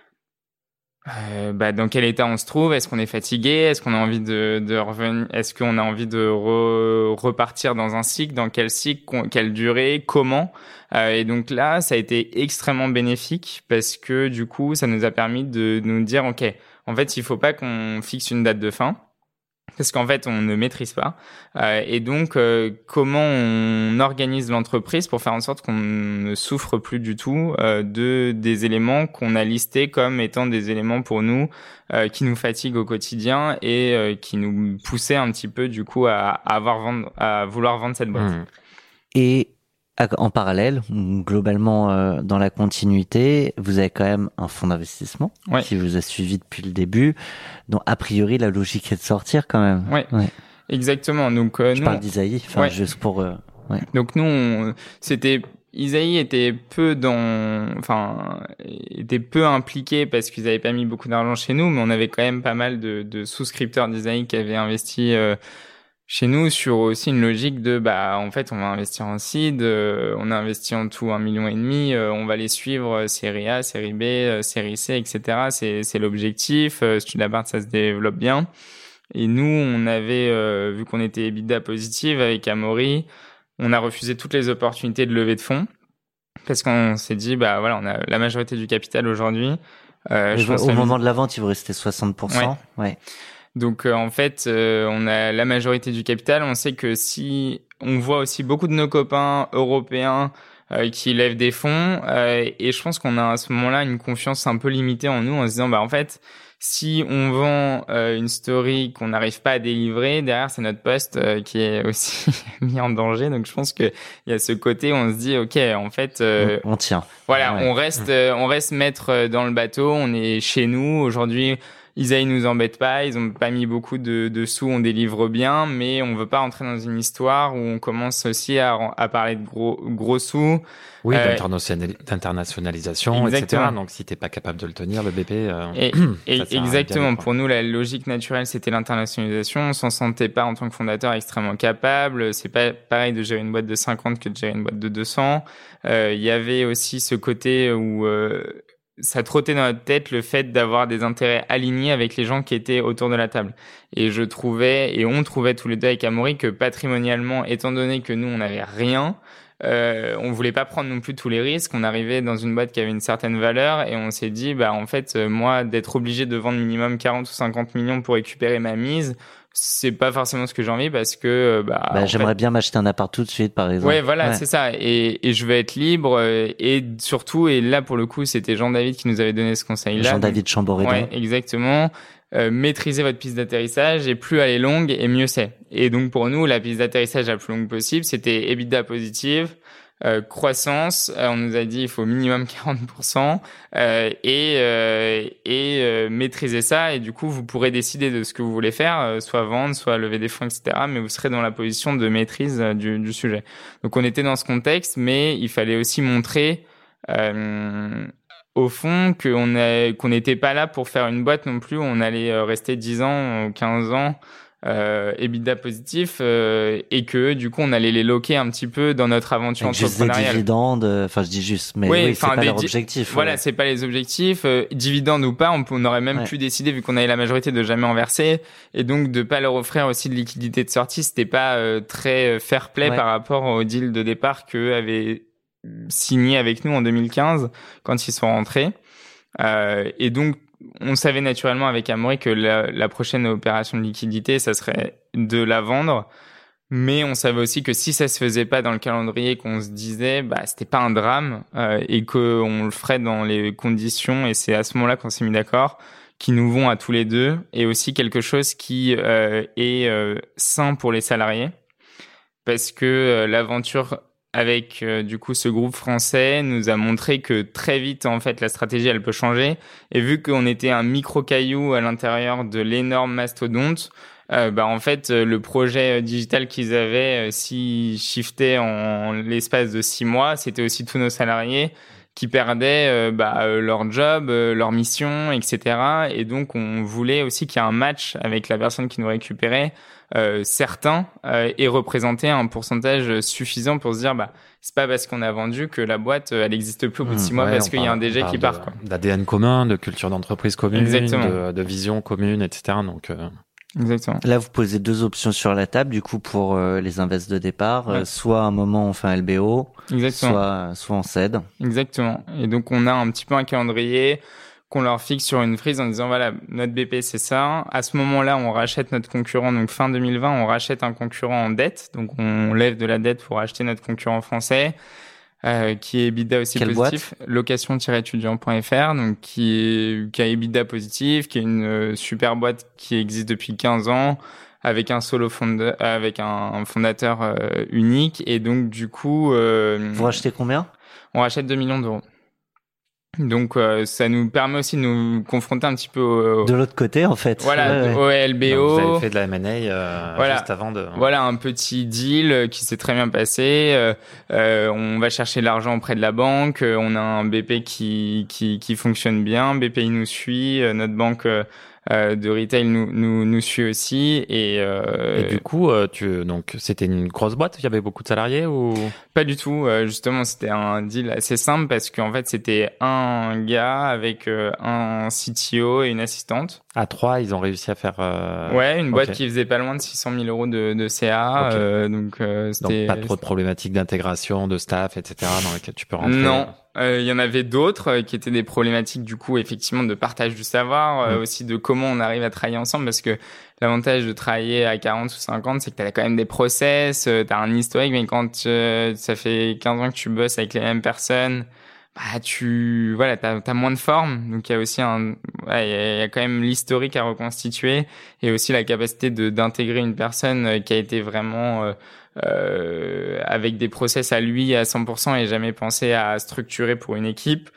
dans quel état on se trouve, est-ce qu'on est fatigué, est-ce qu'on a envie de revenir, est-ce qu'on a envie de repartir dans un cycle, dans quel cycle, quelle durée, comment. Et donc là, ça a été extrêmement bénéfique parce que du coup, ça nous a permis de nous dire ok, en fait, il faut pas qu'on fixe une date de fin. Parce qu'en fait, on ne maîtrise pas. Et donc, comment on organise l'entreprise pour faire en sorte qu'on ne souffre plus du tout des éléments qu'on a listés comme étant des éléments pour nous qui nous fatiguent au quotidien et qui nous poussaient un petit peu du coup à vouloir vendre cette boîte. Et en parallèle, globalement dans la continuité, vous avez quand même un fonds d'investissement qui vous a suivi depuis le début, dont a priori la logique est de sortir quand même. Ouais. Exactement. Donc je parle d'Isaïe, juste pour. Donc nous, Isaïe était peu impliqué parce qu'ils avaient pas mis beaucoup d'argent chez nous, mais on avait quand même pas mal de souscripteurs d'Isaïe qui avaient investi chez nous sur aussi une logique de en fait on va investir en seed, on a investi en tout 1,5 million, on va les suivre série A, série B, série C, etc. C'est l'objectif. Studapart ça se développe bien. Et nous on avait vu qu'on était EBITDA positive avec Amaury, on a refusé toutes les opportunités de levée de fonds parce qu'on s'est dit on a la majorité du capital aujourd'hui. Au moment de la vente, il vous restait 60%. Ouais. Donc en fait, on a la majorité du capital. On sait que si on voit aussi beaucoup de nos copains européens qui lèvent des fonds, et je pense qu'on a à ce moment-là une confiance un peu limitée en nous, en se disant en fait, si on vend une story qu'on n'arrive pas à délivrer, derrière c'est notre poste qui est aussi mis en danger. Donc je pense que il y a ce côté où on se dit ok, en fait, on tient. Voilà, on reste maître dans le bateau. On est chez nous aujourd'hui. Isaïe nous embête pas, ils ont pas mis beaucoup de sous, on délivre bien, mais on veut pas rentrer dans une histoire où on commence aussi à parler de gros sous. Oui, d'internationalisation, etc. Donc si t'es pas capable de le tenir, le BP. Exactement. Pour nous, la logique naturelle, c'était l'internationalisation. On s'en sentait pas en tant que fondateur extrêmement capable. C'est pas pareil de gérer une boîte de 50 que de gérer une boîte de 200. Il y avait aussi ce côté où ça trottait dans notre tête le fait d'avoir des intérêts alignés avec les gens qui étaient autour de la table. Et on trouvait tous les deux avec Amaury que patrimonialement, étant donné que nous, on n'avait rien, on voulait pas prendre non plus tous les risques. On arrivait dans une boîte qui avait une certaine valeur et on s'est dit, en fait, moi, d'être obligé de vendre minimum 40 ou 50 millions pour récupérer ma mise, c'est pas forcément ce que j'ai envie parce que j'aimerais bien m'acheter un appart tout de suite par exemple. Ouais, voilà, c'est ça, et je veux être libre et surtout, et là pour le coup c'était Jean-David qui nous avait donné ce conseil là. Jean-David Chamboredon. Ouais, exactement. Maîtriser votre piste d'atterrissage et plus elle est longue et mieux c'est. Et donc pour nous la piste d'atterrissage la plus longue possible c'était EBITDA positive, Croissance, on nous a dit il faut minimum 40% et maîtriser ça. Et du coup, vous pourrez décider de ce que vous voulez faire, soit vendre, soit lever des fonds, etc. Mais vous serez dans la position de maîtrise du sujet. Donc, on était dans ce contexte, mais il fallait aussi montrer au fond qu'on n'était pas là pour faire une boîte non plus. On allait rester 10 ans, 15 ans. EBITDA positif et que du coup on allait les loquer un petit peu dans notre aventure entrepreneuriale. Juste des dividendes, enfin je dis juste, mais oui, c'est pas leur objectif. Voilà, c'est pas les objectifs. Dividendes ou pas, on aurait même pu décider, vu qu'on avait la majorité, de jamais en verser et donc de pas leur offrir aussi de liquidité de sortie. C'était pas très fair play par rapport au deal de départ qu'eux avaient signé avec nous en 2015 quand ils sont rentrés. Et donc on savait naturellement avec Amaury que la prochaine opération de liquidité, ça serait de la vendre. Mais on savait aussi que si ça se faisait pas dans le calendrier qu'on se disait, c'était pas un drame et qu'on le ferait dans les conditions. Et c'est à ce moment-là qu'on s'est mis d'accord, qui nous vont à tous les deux. Et aussi quelque chose qui est sain pour les salariés. Parce que l'aventure avec du coup ce groupe français nous a montré que très vite en fait la stratégie elle peut changer, et vu qu'on était un micro caillou à l'intérieur de l'énorme mastodonte, en fait le projet digital qu'ils avaient s'y shiftait en l'espace de 6 mois, c'était aussi tous nos salariés qui perdaient leur job, leur mission, etc. Et donc on voulait aussi qu'il y ait un match avec la personne qui nous récupérait, certain, et représenter un pourcentage suffisant pour se dire c'est pas parce qu'on a vendu que la boîte elle existe plus au bout de 6 mois parce qu'il y a un DG qui part, quoi. D'ADN commun, de culture d'entreprise commune, de vision commune, etc. Donc Exactement. Là, vous posez 2 options sur la table, du coup, pour les invests de départ. Soit à un moment, on fait un LBO, soit on cède. Exactement. Et donc, on a un petit peu un calendrier qu'on leur fixe sur une frise en disant, voilà, notre BP, c'est ça. À ce moment-là, on rachète notre concurrent. Donc, fin 2020, on rachète un concurrent en dette. Donc, on lève de la dette pour acheter notre concurrent français. Qui est EBITDA aussi Quelle positif, location-étudiant.fr, donc qui a EBITDA positif, qui est une super boîte qui existe depuis 15 ans, avec un avec un fondateur unique, et donc du coup vous rachetez combien? On rachète 2 millions d'euros. Donc ça nous permet aussi de nous confronter un petit peu de l'autre côté en fait. Voilà, au LBO. Vous avez fait de la M&A juste avant de. Voilà, un petit deal qui s'est très bien passé. On va chercher de l'argent auprès de la banque. On a un BP qui fonctionne bien. BPI nous suit. Notre banque de retail nous suit aussi, et du coup donc c'était une grosse boîte, il y avait beaucoup de salariés ou pas du tout, justement c'était un deal assez simple parce qu'en fait c'était un gars avec un CTO et une assistante. À 3 ils ont réussi à faire une boîte qui faisait pas loin de 600 000 euros de CA. Donc c'était pas trop de problématiques d'intégration de staff, etc. dans lesquelles tu peux rentrer. Non. Il y en avait d'autres qui étaient des problématiques du coup effectivement de partage du savoir, aussi de comment on arrive à travailler ensemble, parce que l'avantage de travailler à 40 ou 50 c'est que t'as quand même des process, t'as un historique, mais quand ça fait 15 ans que tu bosses avec les mêmes personnes, t'as moins de forme, donc il y a aussi il y a quand même l'historique à reconstituer, et aussi la capacité d'intégrer une personne qui a été vraiment avec des process à lui à 100% et jamais pensé à structurer pour une équipe.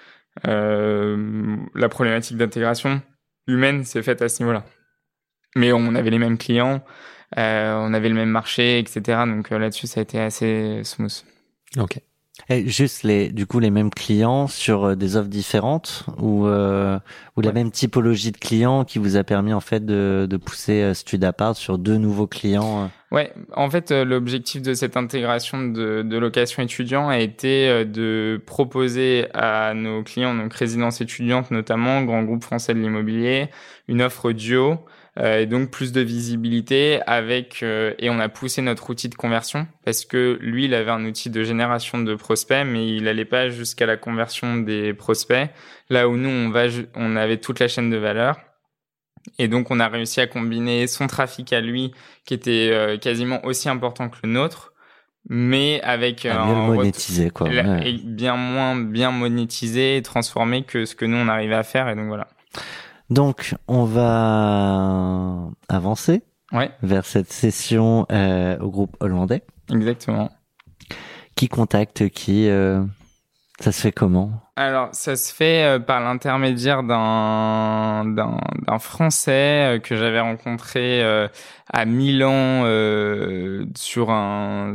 La problématique d'intégration humaine s'est faite à ce niveau-là. Mais on avait les mêmes clients, on avait le même marché, etc. Donc là-dessus, ça a été assez smooth. Ok. Et juste les mêmes clients sur des offres différentes ou la même typologie de clients qui vous a permis en fait de pousser StudApart sur 2 nouveaux clients. Ouais, en fait l'objectif de cette intégration de location étudiant a été de proposer à nos clients, donc résidences étudiantes notamment, grand groupe français de l'immobilier, une offre duo. Et donc plus de visibilité et on a poussé notre outil de conversion parce que lui il avait un outil de génération de prospects, mais il allait pas jusqu'à la conversion des prospects, là où nous on avait toute la chaîne de valeur. Et donc on a réussi à combiner son trafic à lui qui était quasiment aussi important que le nôtre, mais avec mieux monétisé quoi. Et bien monétisé et transformé que ce que nous on arrivait à faire, et donc voilà. Donc, on va avancer vers cette session au groupe hollandais. Exactement. Qui contacte qui ça se fait comment? Alors, ça se fait par l'intermédiaire d'un Français que j'avais rencontré à Milan sur un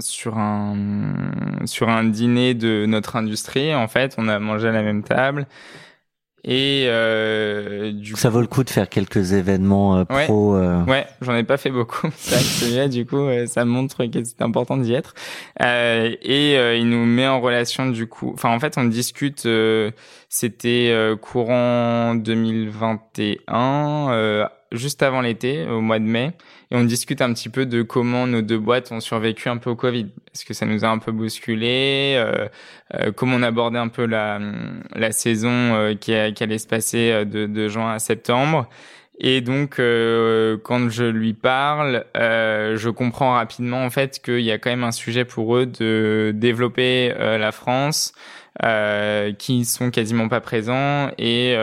dîner de notre industrie. En fait, on a mangé à la même table. Et ça vaut le coup de faire quelques événements pro. Ouais, j'en ai pas fait beaucoup. C'est vrai que celui-là, du coup, ça montre que c'est important d'y être. Il nous met en relation du coup. Enfin, en fait, on discute. C'était courant 2021, juste avant l'été, au mois de mai. Et on discute un petit peu de comment nos deux boîtes ont survécu un peu au Covid. Est-ce que ça nous a un peu bousculé, comment on abordait un peu la saison qui allait se passer de juin à septembre. Et donc, quand je lui parle, je comprends rapidement en fait qu'il y a quand même un sujet pour eux de développer la France, qui sont quasiment pas présents et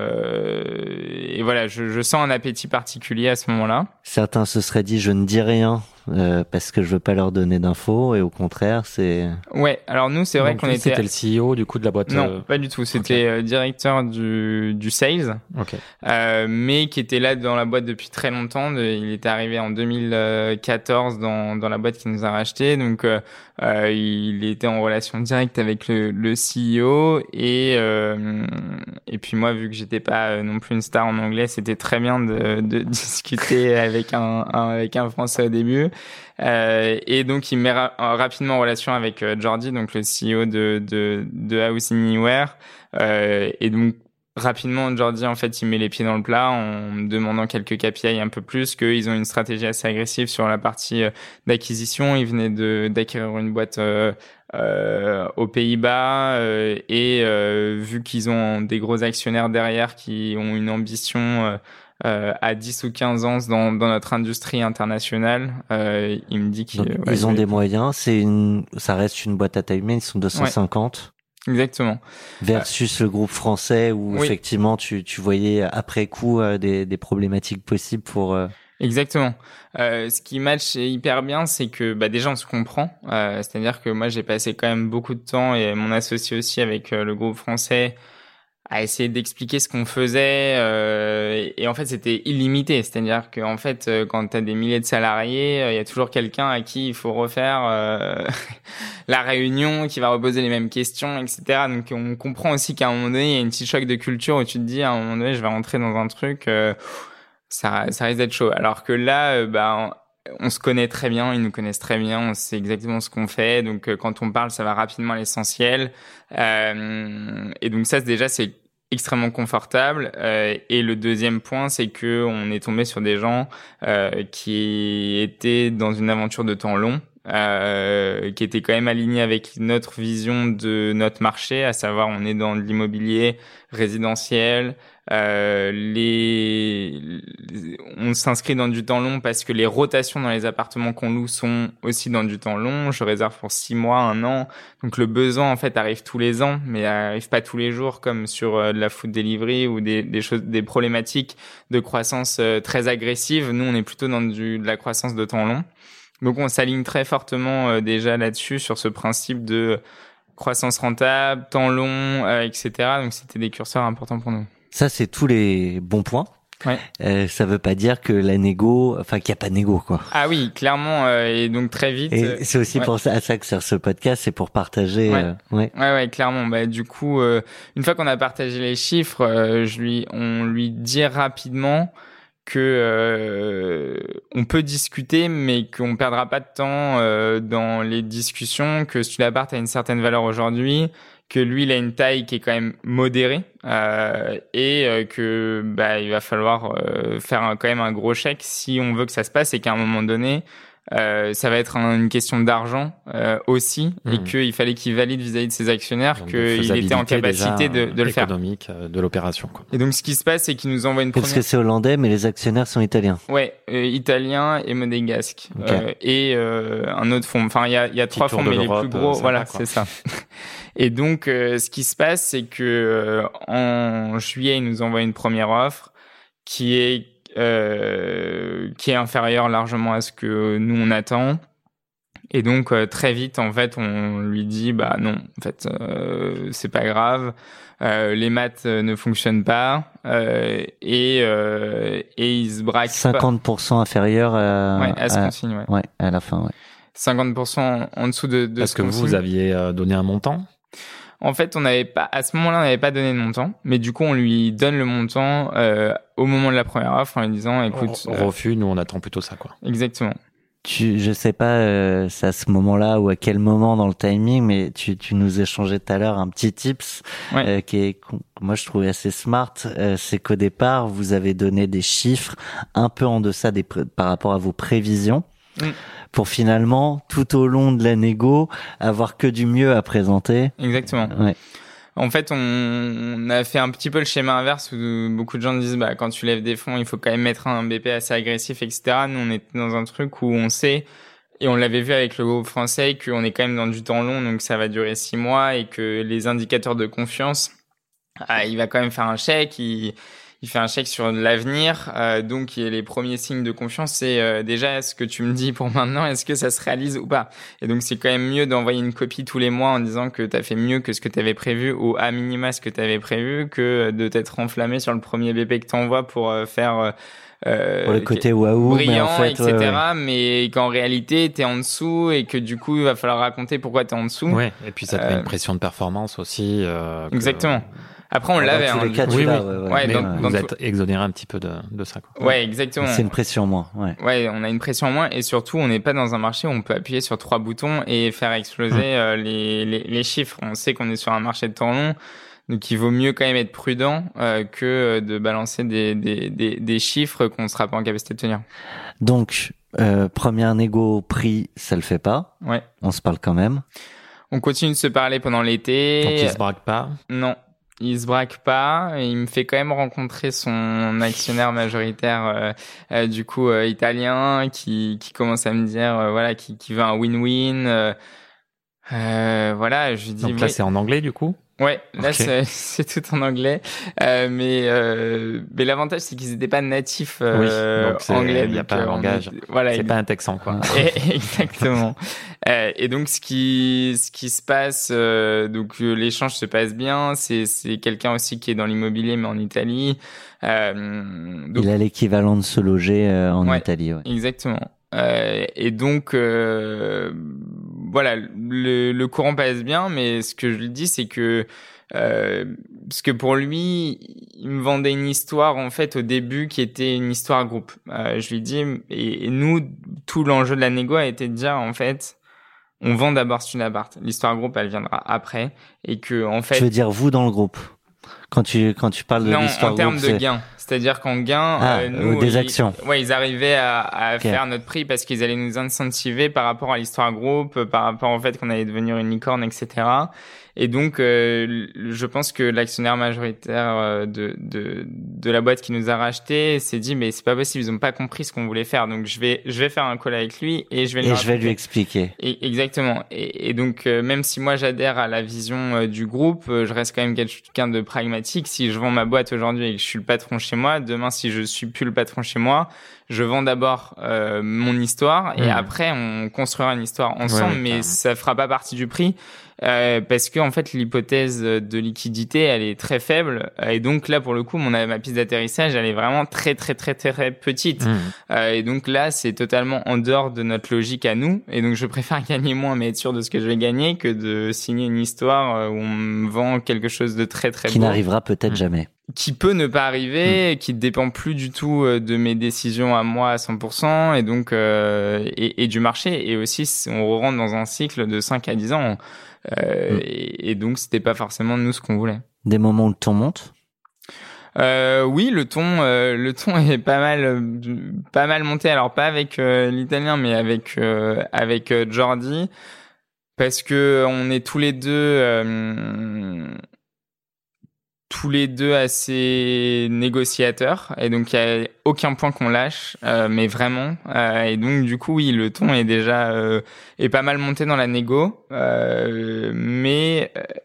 voilà, je sens un appétit particulier à ce moment-là. Certains se seraient dit je ne dis rien parce que je veux pas leur donner d'infos, et au contraire c'est. Ouais, alors nous c'est vrai donc, qu'on était. C'était le CEO du coup de la boîte. Non, pas du tout. C'était directeur du sales, mais qui était là dans la boîte depuis très longtemps. Il était arrivé en 2014 dans la boîte qui nous a racheté, donc il était en relation directe avec le CEO et puis moi, vu que j'étais pas non plus une star en anglais, c'était très bien de discuter avec un Français au début. Et donc il me met rapidement en relation avec Jordi, donc le CEO de House Anywhere, et donc rapidement Jordi en fait il met les pieds dans le plat en me demandant quelques KPI un peu plus, qu'ils ont une stratégie assez agressive sur la partie d'acquisition. Ils venaient d'acquérir une boîte aux Pays-Bas et vu qu'ils ont des gros actionnaires derrière qui ont une ambition à 10 ou 15 ans dans notre industrie internationale, il me dit qu'ils ont des moyens. Ça reste une boîte à taille humaine, ils sont 250. Ouais, exactement. Versus le groupe français où effectivement tu voyais après coup des problématiques possibles pour. Exactement. Ce qui match hyper bien, c'est que déjà on se comprend. C'est-à-dire que moi j'ai passé quand même beaucoup de temps, et mon associé aussi, avec le groupe français, à essayer d'expliquer ce qu'on faisait, et en fait c'était illimité. C'est-à-dire que en fait quand t'as des milliers de salariés, il y a toujours quelqu'un à qui il faut refaire la réunion, qui va reposer les mêmes questions, etc. Donc on comprend aussi qu'à un moment donné il y a une petite choc de culture où tu te dis à un moment donné je vais rentrer dans un truc, ça risque d'être chaud. Alors que là on se connaît très bien, ils nous connaissent très bien, on sait exactement ce qu'on fait. Donc quand on parle, ça va rapidement à l'essentiel. Et donc ça déjà c'est extrêmement confortable. Et le deuxième point, c'est que on est tombé sur des gens qui étaient dans une aventure de temps long, qui étaient quand même alignés avec notre vision de notre marché, à savoir on est dans de l'immobilier résidentiel. On s'inscrit dans du temps long parce que les rotations dans les appartements qu'on loue sont aussi dans du temps long. Je réserve pour 6 mois, 1 an. Donc le besoin en fait arrive tous les ans, mais arrive pas tous les jours comme sur de la food delivery ou des problématiques de croissance très agressives. Nous on est plutôt dans de la croissance de temps long. Donc on s'aligne très fortement déjà là-dessus, sur ce principe de croissance rentable, temps long, etc. Donc c'était des curseurs importants pour nous. Ça, c'est tous les bons points. Ouais. Ça veut pas dire que la négo, qu'il n'y a pas de négo, quoi. Ah oui, clairement, et donc très vite. Et c'est aussi pour ça que sert ce podcast, c'est pour partager. Ouais, clairement. Du coup, une fois qu'on a partagé les chiffres, on lui dit rapidement que on peut discuter, mais qu'on perdra pas de temps dans les discussions, que Studapart a une certaine valeur aujourd'hui, que lui il a une taille qui est quand même modérée, et que il va falloir faire quand même un gros chèque si on veut que ça se passe, et qu'à un moment donné ça va être une question d'argent aussi, et qu'il fallait qu'il valide vis-à-vis de ses actionnaires qu'il était en capacité de le faire. Économique de l'opération, quoi. Et donc ce qui se passe, c'est qu'il nous envoie une première... Parce que c'est hollandais, mais les actionnaires sont italiens. Ouais, italien et monégasque. Okay. Et un autre fonds. Enfin, il y a 3 fonds, mais les plus gros, voilà, c'est ça. Et donc ce qui se passe, c'est que en juillet, il nous envoie une première offre qui est inférieur largement à ce que nous on attend. Et donc très vite en fait on lui dit bah non en fait c'est pas grave, les maths ne fonctionnent pas et il se braque 50% inférieur à ce qu'on signe à la fin 50% en dessous de parce ce que qu'on vous signe. aviez donné un montant. En fait, on n'avait pas à ce moment-là, on n'avait pas donné de montant, mais du coup, on lui donne le montant au moment de la première offre en lui disant, écoute, refus, nous on attend plutôt ça quoi. Exactement. Je sais pas c'est à ce moment-là ou à quel moment dans le timing, mais tu nous échangeais tout à l'heure un petit tips moi je trouvais assez smart, c'est qu'au départ vous avez donné des chiffres un peu en deçà par rapport à vos prévisions. Pour finalement, tout au long de la négo, avoir que du mieux à présenter. Exactement. Ouais. En fait, on a fait un petit peu le schéma inverse où beaucoup de gens disent, bah, quand tu lèves des fonds, il faut quand même mettre un BP assez agressif, etc. Nous, on est dans un truc où on sait, et on l'avait vu avec le groupe français, qu'on est quand même dans du temps long, donc ça va durer 6 mois et que les indicateurs de confiance, il va quand même faire un chèque, il fait un chèque sur l'avenir, donc les premiers signes de confiance, c'est déjà ce que tu me dis pour maintenant, est-ce que ça se réalise ou pas? Et donc c'est quand même mieux d'envoyer une copie tous les mois en disant que t'as fait mieux que ce que t'avais prévu ou à minima ce que t'avais prévu que de t'être enflammé sur le premier BP que t'envoies pour faire pour le côté waouh, brillant, mais en fait, etc. Mais qu'en réalité t'es en dessous et que du coup il va falloir raconter pourquoi t'es en dessous. Ouais. Et puis ça te met une pression de performance aussi. Exactement. Après, on l'avait. Dans tous les cas, oui. Mais vous êtes exonéré un petit peu de ça, quoi. Ouais, exactement. C'est une pression en moins. Ouais, on a une pression en moins et surtout, on n'est pas dans un marché où on peut appuyer sur 3 boutons et faire exploser les chiffres. On sait qu'on est sur un marché de temps long, donc il vaut mieux quand même être prudent que de balancer des chiffres qu'on ne sera pas en capacité de tenir. Donc, première négo prix, ça le fait pas. Ouais. On se parle quand même. On continue de se parler pendant l'été. Donc il se braque pas. Non. Il se braque pas et il me fait quand même rencontrer son actionnaire majoritaire du coup italien qui commence à me dire voilà qui veut un win-win voilà je dis donc là c'est en anglais du coup. Ouais, là okay. c'est tout en anglais, mais l'avantage c'est qu'ils étaient pas natifs anglais. Il y a pas un langage. Voilà, c'est pas un texan quoi. Exactement. Et donc ce qui se passe, donc l'échange se passe bien. C'est quelqu'un aussi qui est dans l'immobilier mais en Italie. Donc, il a l'équivalent de se loger en Italie. Ouais. Exactement. Et donc voilà, le courant passe bien, mais ce que je lui dis, c'est que parce que pour lui, il me vendait une histoire en fait au début qui était une histoire groupe. Je lui dis et nous, tout l'enjeu de la négo a été de dire en fait, on vend d'abord Studapart. L'histoire groupe, elle viendra après, et que en fait. Tu veux dire vous dans le groupe? Quand tu parles de l'histoire groupe, en termes de gains. C'est-à-dire qu'en gain, nous, des actions. Ils arrivaient à faire notre prix parce qu'ils allaient nous incentiver par rapport à l'histoire groupe, par rapport au fait qu'on allait devenir une licorne, etc. Et donc, je pense que l'actionnaire majoritaire de la boîte qui nous a racheté s'est dit, mais c'est pas possible, ils ont pas compris ce qu'on voulait faire. Donc, je vais faire un call avec lui et je vais lui expliquer. Exactement. Et donc, même si moi j'adhère à la vision du groupe, je reste quand même quelqu'un de pragmatique. Si je vends ma boîte aujourd'hui et que je suis le patron chez moi, demain, si je suis plus le patron chez moi, je vends d'abord mon histoire et après on construira une histoire ensemble, mais ça fera pas partie du prix. Parce que en fait l'hypothèse de liquidité elle est très faible et donc là pour le coup ma piste d'atterrissage elle est vraiment très très très très petite et donc là c'est totalement en dehors de notre logique à nous et donc je préfère gagner moins mais être sûr de ce que je vais gagner que de signer une histoire où on me vend quelque chose de très très qui n'arrivera peut-être jamais, qui peut ne pas arriver, qui ne dépend plus du tout de mes décisions à moi à 100% et donc et du marché et aussi on rentre dans un cycle de 5 à 10 ans. Et donc c'était pas forcément nous ce qu'on voulait. Des moments où le ton monte. Oui, le ton est pas mal monté. Alors pas avec l'italien, mais avec Jordi, parce que on est tous les deux assez négociateurs et donc il y a aucun point qu'on lâche mais vraiment et donc du coup oui le ton est déjà est pas mal monté dans la négo mais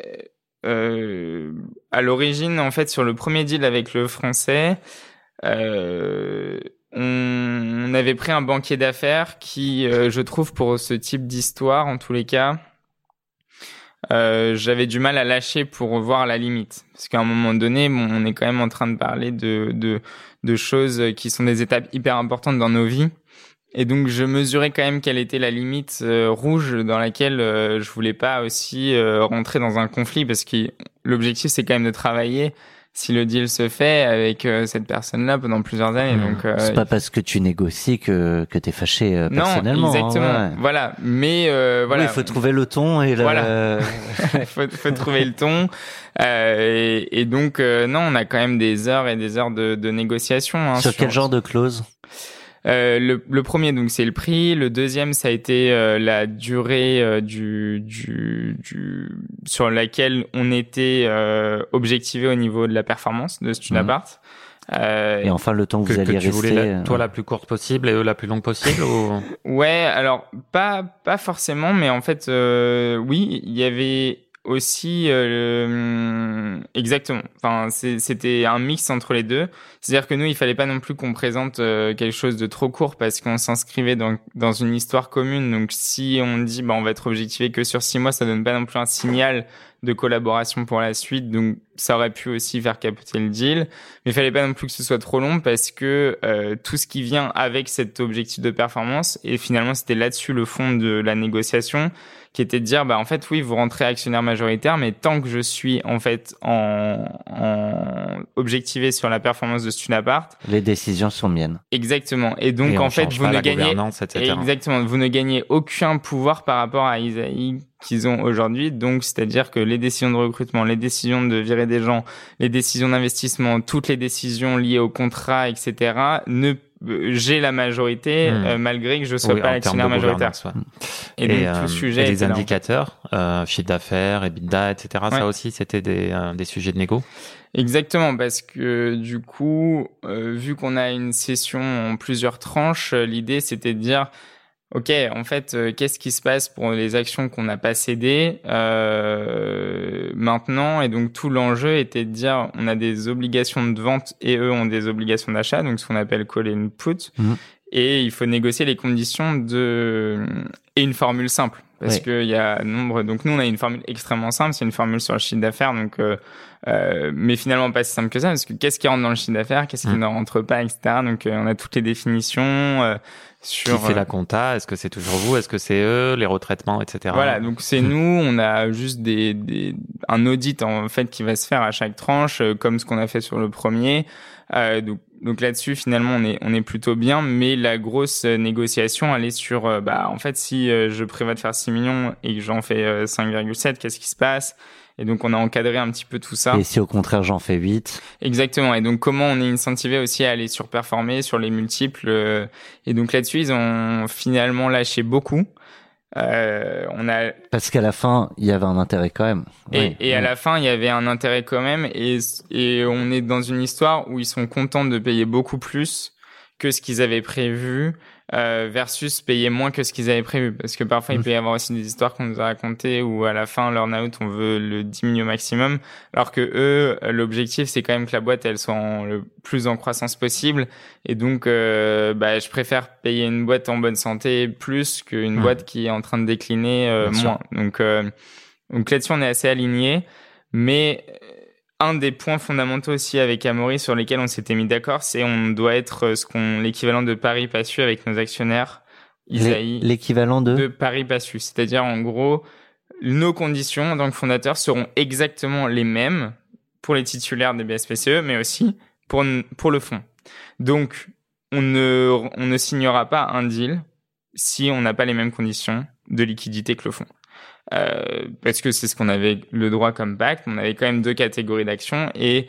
à l'origine en fait sur le premier deal avec le français on avait pris un banquier d'affaires qui, je trouve, pour ce type d'histoire, en tous les cas, j'avais du mal à lâcher pour voir la limite. Parce qu'à un moment donné, on est quand même en train de parler de choses qui sont des étapes hyper importantes dans nos vies. Et donc, je mesurais quand même quelle était la limite rouge dans laquelle je voulais pas aussi rentrer dans un conflit, parce que l'objectif, c'est quand même de travailler si le deal se fait avec cette personne-là pendant plusieurs années. Donc, c'est pas parce que tu négocies que t'es fâché personnellement. Non, exactement. Hein, ouais. Voilà. Mais voilà. Oui, il faut trouver le ton et voilà. faut trouver le ton. Et donc, non, on a quand même des heures et des heures de négociation. Hein, sur quel genre de clause? Le premier, donc, c'est le prix. Le deuxième, ça a été la durée sur laquelle on était objectivé au niveau de la performance de Studapart. Et enfin, le temps que vous alliez tu rester. Voulais toi la plus courte possible et eux la plus longue possible ou... Ouais, alors pas forcément, mais en fait, oui, il y avait aussi exactement. Enfin, c'était un mix entre les deux. C'est-à-dire que nous, il fallait pas non plus qu'on présente quelque chose de trop court parce qu'on s'inscrivait dans une histoire commune. Donc, si on dit on va être objectivé que sur 6 mois, ça donne pas non plus un signal de collaboration pour la suite. Donc, ça aurait pu aussi faire capoter le deal. Mais il fallait pas non plus que ce soit trop long parce que tout ce qui vient avec cet objectif de performance, et finalement, c'était là-dessus le fond de la négociation, qui était de dire en fait oui, vous rentrez actionnaire majoritaire, mais tant que je suis en fait en objectivé sur la performance de Studapart, les décisions sont miennes. Exactement. Et donc en fait vous ne gagnez exactement, vous ne gagnez aucun pouvoir par rapport à Isaïe qu'ils ont aujourd'hui. Donc c'est-à-dire que les décisions de recrutement, les décisions de virer des gens, les décisions d'investissement, toutes les décisions liées au contrat, etc. J'ai la majorité malgré que je sois pas l'actionnaire majoritaire. Ouais. Et donc tout le sujet. Et les indicateurs, chiffre d'affaires, EBITDA, etc. Ouais. Ça aussi, c'était des sujets de négo. Exactement, parce que du coup, vu qu'on a une session en plusieurs tranches, l'idée c'était de dire, ok, en fait, qu'est-ce qui se passe pour les actions qu'on n'a pas cédées maintenant? Et donc tout l'enjeu était de dire, on a des obligations de vente et eux ont des obligations d'achat, donc ce qu'on appelle call and put, et il faut négocier les conditions et une formule simple. Parce que il y a donc nous on a une formule extrêmement simple, c'est une formule sur le chiffre d'affaires, donc mais finalement pas si simple que ça, parce que qu'est-ce qui rentre dans le chiffre d'affaires, qu'est-ce qui ne rentre pas, etc. Donc on a toutes les définitions sur. Qui fait la compta? Est-ce que c'est toujours vous? Est-ce que c'est eux? Les retraitements, etc. Voilà, donc c'est nous, on a juste un audit en fait qui va se faire à chaque tranche, comme ce qu'on a fait sur le premier. Donc là-dessus, finalement, on est plutôt bien, mais la grosse négociation, elle est sur, en fait, si je prévois de faire 6 millions et que j'en fais 5,7, qu'est-ce qui se passe? Et donc, on a encadré un petit peu tout ça. Et si au contraire, j'en fais 8? Exactement. Et donc, comment on est incentivé aussi à aller surperformer sur les multiples. Et donc là-dessus, ils ont finalement lâché beaucoup. Parce qu'à la fin, il y avait un intérêt quand même. Et à la fin, il y avait un intérêt quand même. Et on est dans une histoire où ils sont contents de payer beaucoup plus que ce qu'ils avaient prévu, versus payer moins que ce qu'ils avaient prévu. Parce que parfois, il peut y avoir aussi des histoires qu'on nous a racontées où à la fin, l'earn-out, on veut le diminuer au maximum. Alors que eux, l'objectif, c'est quand même que la boîte, elle soit le plus en croissance possible. Et donc, je préfère payer une boîte en bonne santé plus qu'une boîte qui est en train de décliner moins. Donc là-dessus, on est assez alignés. Mais un des points fondamentaux aussi avec Amaury sur lesquels on s'était mis d'accord, c'est on doit être l'équivalent de pari passu avec nos actionnaires. Isaïe. L'équivalent de pari passu. C'est-à-dire, en gros, nos conditions en tant que fondateurs seront exactement les mêmes pour les titulaires des BSPCE, mais aussi pour le fonds. Donc, on ne signera pas un deal si on n'a pas les mêmes conditions de liquidité que le fonds. Parce que c'est ce qu'on avait le droit comme pacte. On avait quand même 2 catégories d'actions et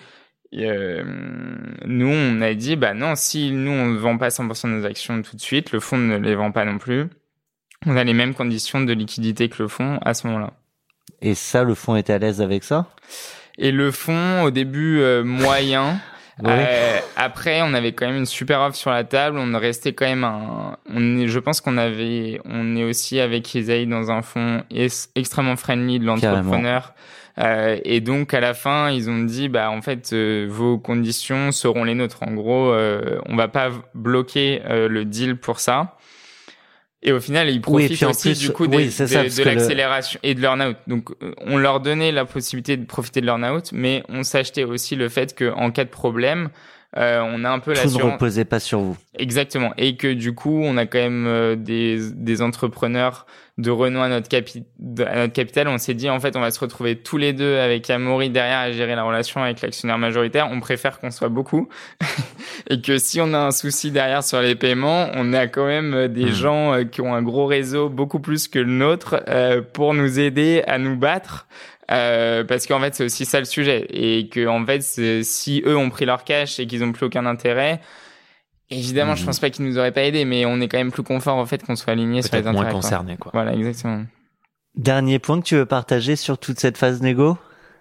nous on a dit non, si nous on ne vend pas 100% de nos actions tout de suite, le fonds ne les vend pas non plus, on a les mêmes conditions de liquidité que le fonds à ce moment-là. Et ça, le fonds était à l'aise avec ça? Et le fonds au début moyen. Oui. Après, on avait quand même une super offre sur la table. On restait quand même je pense qu'on est aussi avec Isaïe dans un fonds extrêmement friendly de l'entrepreneur. Et donc, à la fin, ils ont dit, en fait, vos conditions seront les nôtres. En gros, on va pas bloquer le deal pour ça. Et au final, ils profitent aussi du coup de l'accélération et de l'earn-out. Donc, on leur donnait la possibilité de profiter de l'earn-out, mais on s'achetait aussi le fait qu'en cas de problème, on a un peu l'assurance. Tout ne reposait pas sur vous. Exactement. Et que du coup, on a quand même des entrepreneurs de renom à notre capital. On s'est dit, en fait, on va se retrouver tous les deux avec Amaury derrière à gérer la relation avec l'actionnaire majoritaire. On préfère qu'on soit beaucoup. Et que si on a un souci derrière sur les paiements, on a quand même des gens qui ont un gros réseau, beaucoup plus que le nôtre, pour nous aider à nous battre. Parce qu'en fait, c'est aussi ça le sujet. Et que, en fait, si eux ont pris leur cash et qu'ils ont plus aucun intérêt, évidemment, je pense pas qu'ils nous auraient pas aidés, mais on est quand même plus confort, en fait, qu'on soit aligné sur les intérêts. Moins concerné, quoi. Voilà, exactement. Dernier point que tu veux partager sur toute cette phase négo?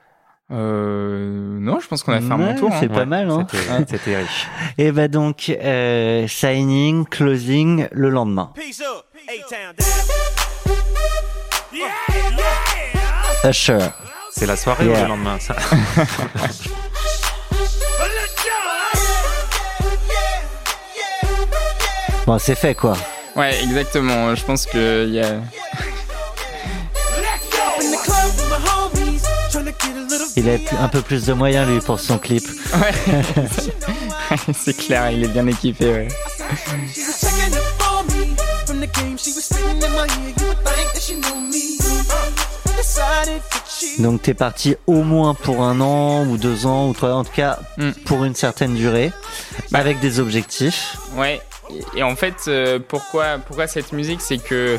Non, je pense qu'on a fait un bon tour. C'est pas mal, hein. C'était riche. Et donc, signing, closing le lendemain. Usher. C'est la soirée ou le lendemain, ça? Bon, c'est fait, quoi. Ouais, exactement. Je pense que y a... Il a un peu plus de moyens, lui, pour son clip. Ouais. C'est clair, il est bien équipé, ouais. Donc t'es parti au moins pour 1 an ou 2 ans ou 3 ans, en tout cas pour une certaine durée, avec des objectifs. Ouais. Et en fait, pourquoi cette musique, c'est que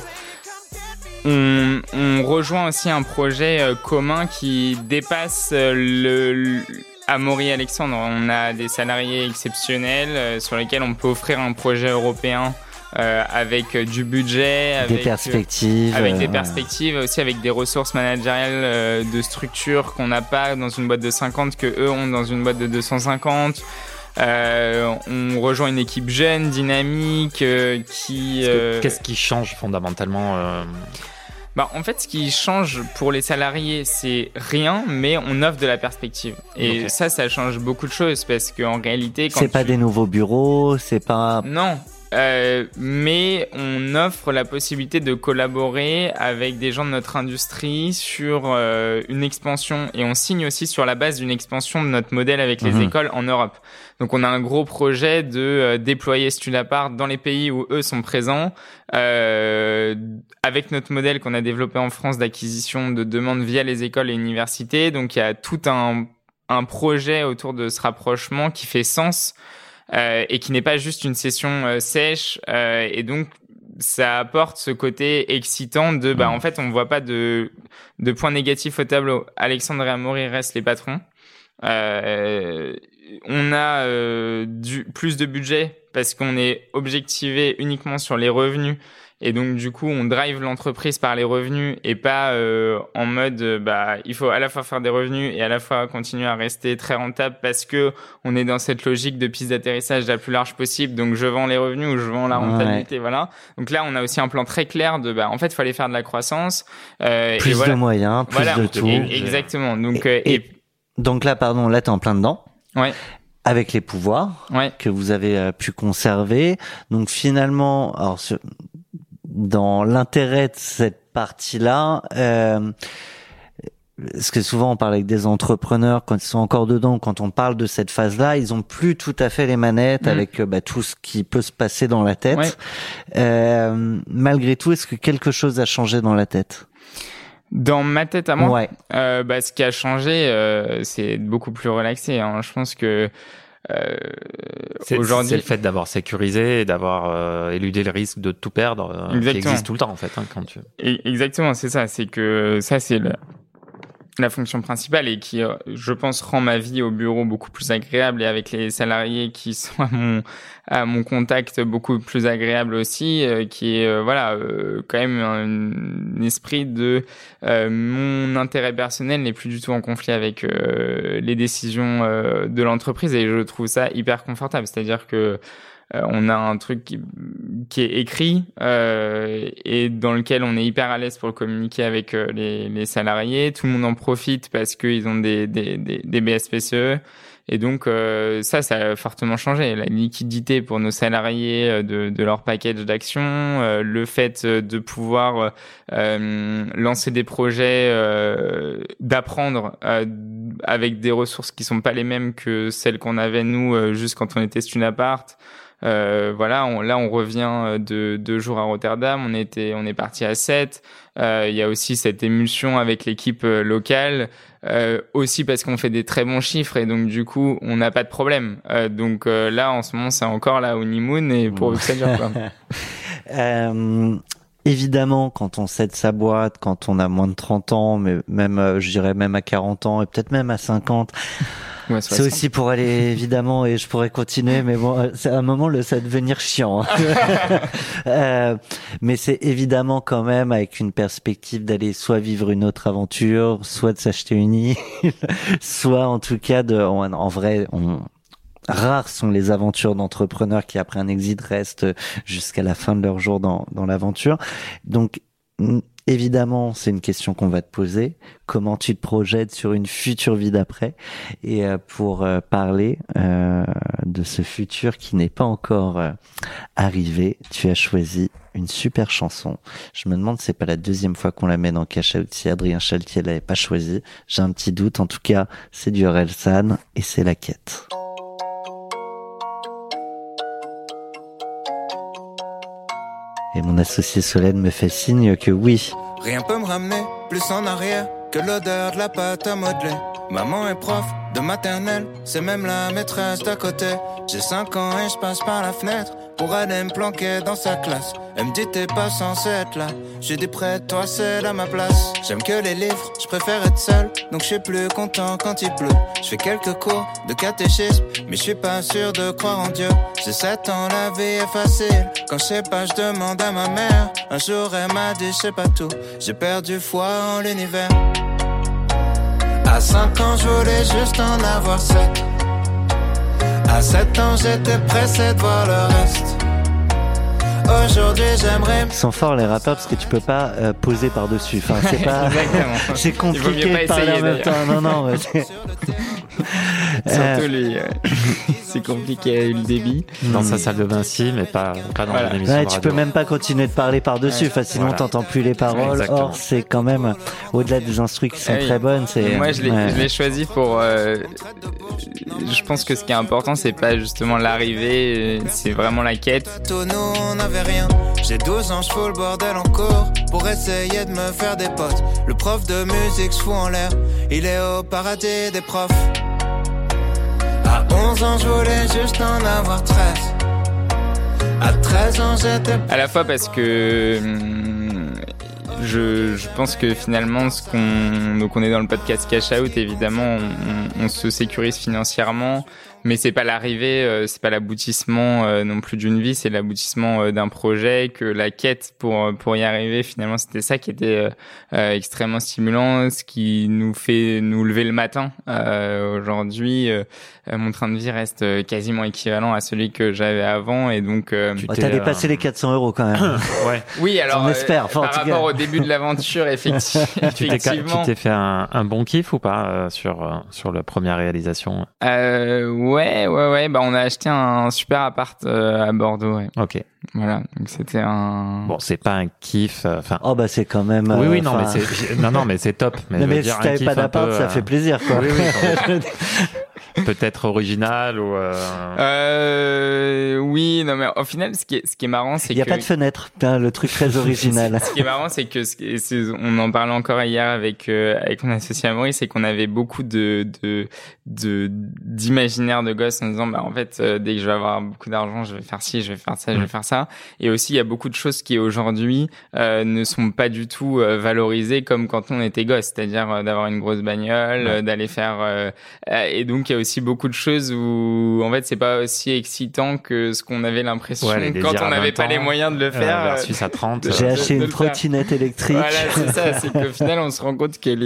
on rejoint aussi un projet commun qui dépasse Amaury et Alexandre. On a des salariés exceptionnels sur lesquels on peut offrir un projet européen avec du budget, avec des perspectives, aussi avec des ressources managériales de structure qu'on n'a pas dans une boîte de 50 que eux ont dans une boîte de 250. On rejoint une équipe jeune, dynamique, Qu'est-ce qui change fondamentalement En fait, ce qui change pour les salariés, c'est rien, mais on offre de la perspective. Et ça change beaucoup de choses parce qu'en réalité, c'est pas des nouveaux bureaux, c'est pas... Non. Mais on offre la possibilité de collaborer avec des gens de notre industrie sur une expansion, et on signe aussi sur la base d'une expansion de notre modèle avec les écoles en Europe. Donc on a un gros projet de déployer Studapart dans les pays où eux sont présents, avec notre modèle qu'on a développé en France d'acquisition de demandes via les écoles et universités. Donc il y a tout un projet autour de ce rapprochement qui fait sens. Et qui n'est pas juste une session sèche, et donc ça apporte ce côté excitant de en fait on voit pas de points négatifs au tableau. Alexandre et Amaury restent les patrons. On a plus de budget parce qu'on est objectivé uniquement sur les revenus. Et donc, du coup, on drive l'entreprise par les revenus et pas en mode, il faut à la fois faire des revenus et à la fois continuer à rester très rentable parce que on est dans cette logique de piste d'atterrissage la plus large possible. Donc, je vends les revenus ou je vends la rentabilité, voilà. Donc là, on a aussi un plan très clair de, en fait, il fallait faire de la croissance. Plus de moyens, plus de tout. Exactement. Donc, donc là, t'es en plein dedans. Ouais. Avec les pouvoirs que vous avez pu conserver. Donc finalement, alors dans l'intérêt de cette partie-là, parce que souvent on parle avec des entrepreneurs quand ils sont encore dedans, quand on parle de cette phase-là, ils ont plus tout à fait les manettes avec tout ce qui peut se passer dans la tête. Malgré tout, est-ce que quelque chose a changé dans la tête? Dans ma tête à moi, ce qui a changé, c'est beaucoup plus relaxé. Je pense que aujourd'hui, c'est le fait d'avoir sécurisé et d'avoir éludé le risque de tout perdre qui existe tout le temps en fait. Quand tu... Exactement, c'est ça. C'est que ça, c'est la fonction principale et qui, je pense, rend ma vie au bureau beaucoup plus agréable et avec les salariés qui sont à mon contact beaucoup plus agréable aussi, qui est quand même un esprit de mon intérêt personnel n'est plus du tout en conflit avec les décisions de l'entreprise et je trouve ça hyper confortable. C'est-à-dire que on a un truc qui est écrit et dans lequel on est hyper à l'aise pour le communiquer avec les salariés. Tout le monde en profite parce qu'ils ont des BSPCE. Et donc ça a fortement changé. La liquidité pour nos salariés de leur package d'actions, le fait de pouvoir lancer des projets, d'apprendre avec des ressources qui sont pas les mêmes que celles qu'on avait nous juste quand on était Stunapart. On revient de 2 jours à Rotterdam, on est parti à 7. Il y a aussi cette émulsion avec l'équipe locale, aussi parce qu'on fait des très bons chiffres et donc du coup on n'a pas de problème. Donc là en ce moment c'est encore la honeymoon et pourvu que ça dure quoi. Évidemment, quand on cède sa boîte, quand on a moins de 30 ans, mais même, je dirais même à 40 ans et peut-être même à 50, ouais, c'est aussi pour aller, évidemment, et je pourrais continuer, mais bon, c'est à un moment, ça va devenir chiant. Mais c'est évidemment quand même avec une perspective d'aller soit vivre une autre aventure, soit de s'acheter une île, soit en tout cas en vrai, rares sont les aventures d'entrepreneurs qui après un exit restent jusqu'à la fin de leur jour dans l'aventure. Donc évidemment, c'est une question qu'on va te poser. Comment tu te projettes sur une future vie d'après? Et pour parler de ce futur qui n'est pas encore arrivé, tu as choisi une super chanson. Je me demande si c'est pas la 2e fois qu'on la met dans Cash Out si Adrien Chaltier l'avait pas choisi. J'ai un petit doute. En tout cas, c'est du Orelsan et c'est La Quête. Et mon associé Solène me fait signe que oui. Rien peut me ramener plus en arrière que l'odeur de la pâte à modeler. Maman est prof de maternelle, c'est même la maîtresse d'à côté. J'ai 5 ans et je passe par la fenêtre pour aller me planquer dans sa classe. Elle me dit t'es pas censé être là. J'ai dit près de toi c'est là ma place. J'aime que les livres, je préfère être seul. Donc je suis plus content quand il pleut. Je fais quelques cours de catéchisme, mais je suis pas sûr de croire en Dieu. J'ai 7 ans, la vie est facile. Quand je sais pas, je demande à ma mère. Un jour elle m'a dit je sais pas tout. J'ai perdu foi en l'univers. À 5 ans, je voulais juste en avoir 7. À 7 ans, j'étais pressé de voir le reste. Aujourd'hui, j'aimerais... Ils sont forts les rappeurs parce que tu peux pas poser par-dessus. Enfin, c'est pas... c'est compliqué de parler en même temps. Non, ouais, surtout c'est compliqué le débit. Dans sa salle de bain, si, mais pas dans une émission de radio. Tu peux même pas continuer de parler par-dessus, sinon t'entends plus les paroles. Exactement. Or, c'est quand même, au-delà des instrus qui sont très bonnes, c'est... Moi, je l'ai choisi pour... je pense que ce qui est important, c'est pas justement l'arrivée, c'est vraiment la quête. Nous, on n'avait rien. J'ai 12 ans, je fous le bordel en cours pour essayer de me faire des potes. Le prof de musique se fout en l'air, il est au paradis des profs. À 11 ans, je voulais juste en avoir 13. À 13 ans, j'étais... À la fois parce que je pense que finalement, donc on est dans le podcast Cash Out, évidemment, on se sécurise financièrement, mais c'est pas l'arrivée, c'est pas l'aboutissement non plus d'une vie, c'est l'aboutissement d'un projet, que la quête pour y arriver, finalement, c'était ça qui était extrêmement stimulant, ce qui nous fait nous lever le matin. Aujourd'hui, mon train de vie reste quasiment équivalent à celui que j'avais avant, et donc t'as dépassé les 400 €, quand même. Ouais. Oui, alors on espère, par rapport au début de l'aventure, effectivement. Tu t'es fait un bon kiff ou pas sur la première réalisation? Ouais. Bah, on a acheté un super appart à Bordeaux. Ouais. Ok. Voilà. Donc c'était un. Bon, c'est pas un kiff. Enfin. Oh bah c'est quand même. Oui, non, mais c'est top. Mais si t'avais pas d'appart, ça fait plaisir, quoi. Oui. peut-être original ou Oui, non mais au final, ce qui est marrant, c'est il y a que pas de fenêtre, le truc très original. Ce qui est marrant, c'est que on en parlait encore hier avec mon associé Amaury, c'est qu'on avait beaucoup d'imaginaire de gosses en disant en fait dès que je vais avoir beaucoup d'argent, je vais faire ci, je vais faire ça, je vais faire ça. Et aussi il y a beaucoup de choses qui aujourd'hui ne sont pas du tout valorisées comme quand on était gosse, c'est-à-dire d'avoir une grosse bagnole, d'aller faire et donc il y a aussi beaucoup de choses où en fait c'est pas aussi excitant que ce qu'on avait l'impression quand on n'avait pas les moyens de le faire versus à 30. J'ai acheté une trottinette électrique. Voilà, c'est ça, c'est qu'au final on se rend compte que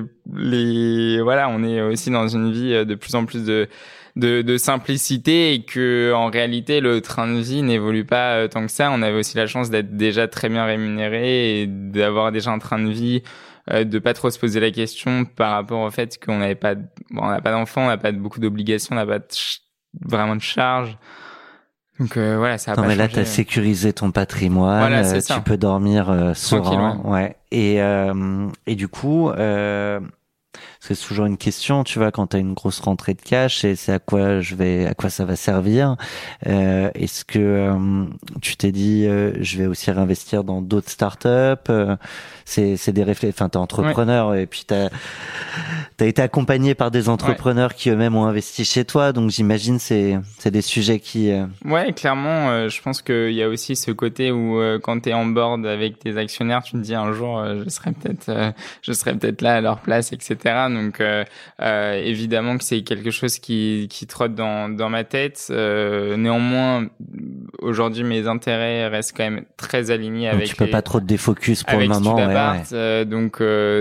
voilà, on est aussi dans une vie de plus en plus de simplicité et que en réalité le train de vie n'évolue pas tant que ça. On avait aussi la chance d'être déjà très bien rémunéré et d'avoir déjà un train de vie de pas trop se poser la question par rapport au fait qu'on n'avait pas on n'a pas d'enfants, on n'a pas beaucoup d'obligations, on n'a pas vraiment de charges. Donc voilà, ça a pas mais là changé. t'as sécurisé ton patrimoine, voilà, c'est ça. tu peux dormir serein, ouais. Et du coup c'est toujours une question, tu vois, quand t'as une grosse rentrée de cash, et c'est à quoi ça va servir. Est-ce que tu t'es dit, je vais aussi réinvestir dans d'autres startups. C'est des réflexes. Enfin, t'es entrepreneur et puis t'as été accompagné par des entrepreneurs qui eux-mêmes ont investi chez toi, donc j'imagine c'est des sujets qui. Ouais, clairement, je pense qu'il y a aussi ce côté où quand t'es en board avec tes actionnaires, tu te dis un jour je serai peut-être là à leur place, etc. Donc évidemment que c'est quelque chose qui trotte dans ma tête. Néanmoins, aujourd'hui mes intérêts restent quand même très alignés donc avec. Tu peux pas trop te défocus pour le moment. Donc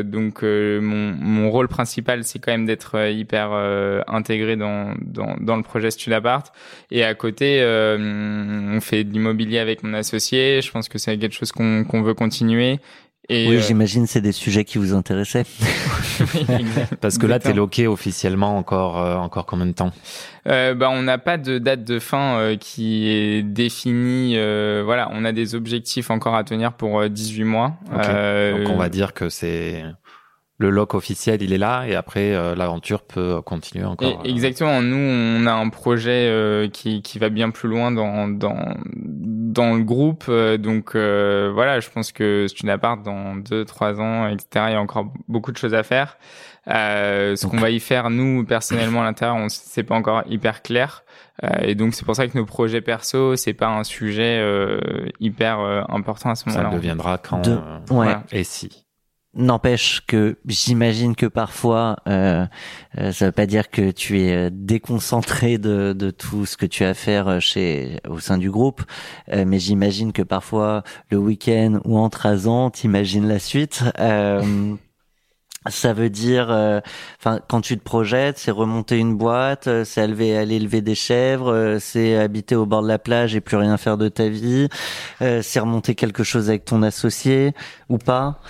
mon rôle principal c'est quand même d'être hyper intégré dans le projet Studapart, et à côté on fait de l'immobilier avec mon associé. Je pense que c'est quelque chose qu'on veut continuer. Et oui, j'imagine c'est des sujets qui vous intéressaient. Oui, parce que là t'es loqué officiellement encore combien de temps? On n'a pas de date de fin qui est définie. Voilà, on a des objectifs encore à tenir pour 18 mois. Okay. Donc on va dire que c'est le lock officiel, il est là, et après l'aventure peut continuer encore. Exactement. Nous, on a un projet qui va bien plus loin dans le groupe. Donc voilà, je pense que Studapart dans 2-3 ans, etc. Il y a encore beaucoup de choses à faire. Ce qu'on va y faire nous personnellement à l'intérieur, c'est pas encore hyper clair. Et donc c'est pour ça que nos projets perso, c'est pas un sujet hyper important à ce moment-là. Ça deviendra quand voilà. Et si. N'empêche que j'imagine que parfois, ça veut pas dire que tu es déconcentré de tout ce que tu as à faire au sein du groupe, mais j'imagine que parfois le week-end ou en trasant, t'imagines la suite. Ça veut dire, quand tu te projettes, c'est remonter une boîte, c'est aller élever des chèvres, c'est habiter au bord de la plage et plus rien faire de ta vie, c'est remonter quelque chose avec ton associé ou pas.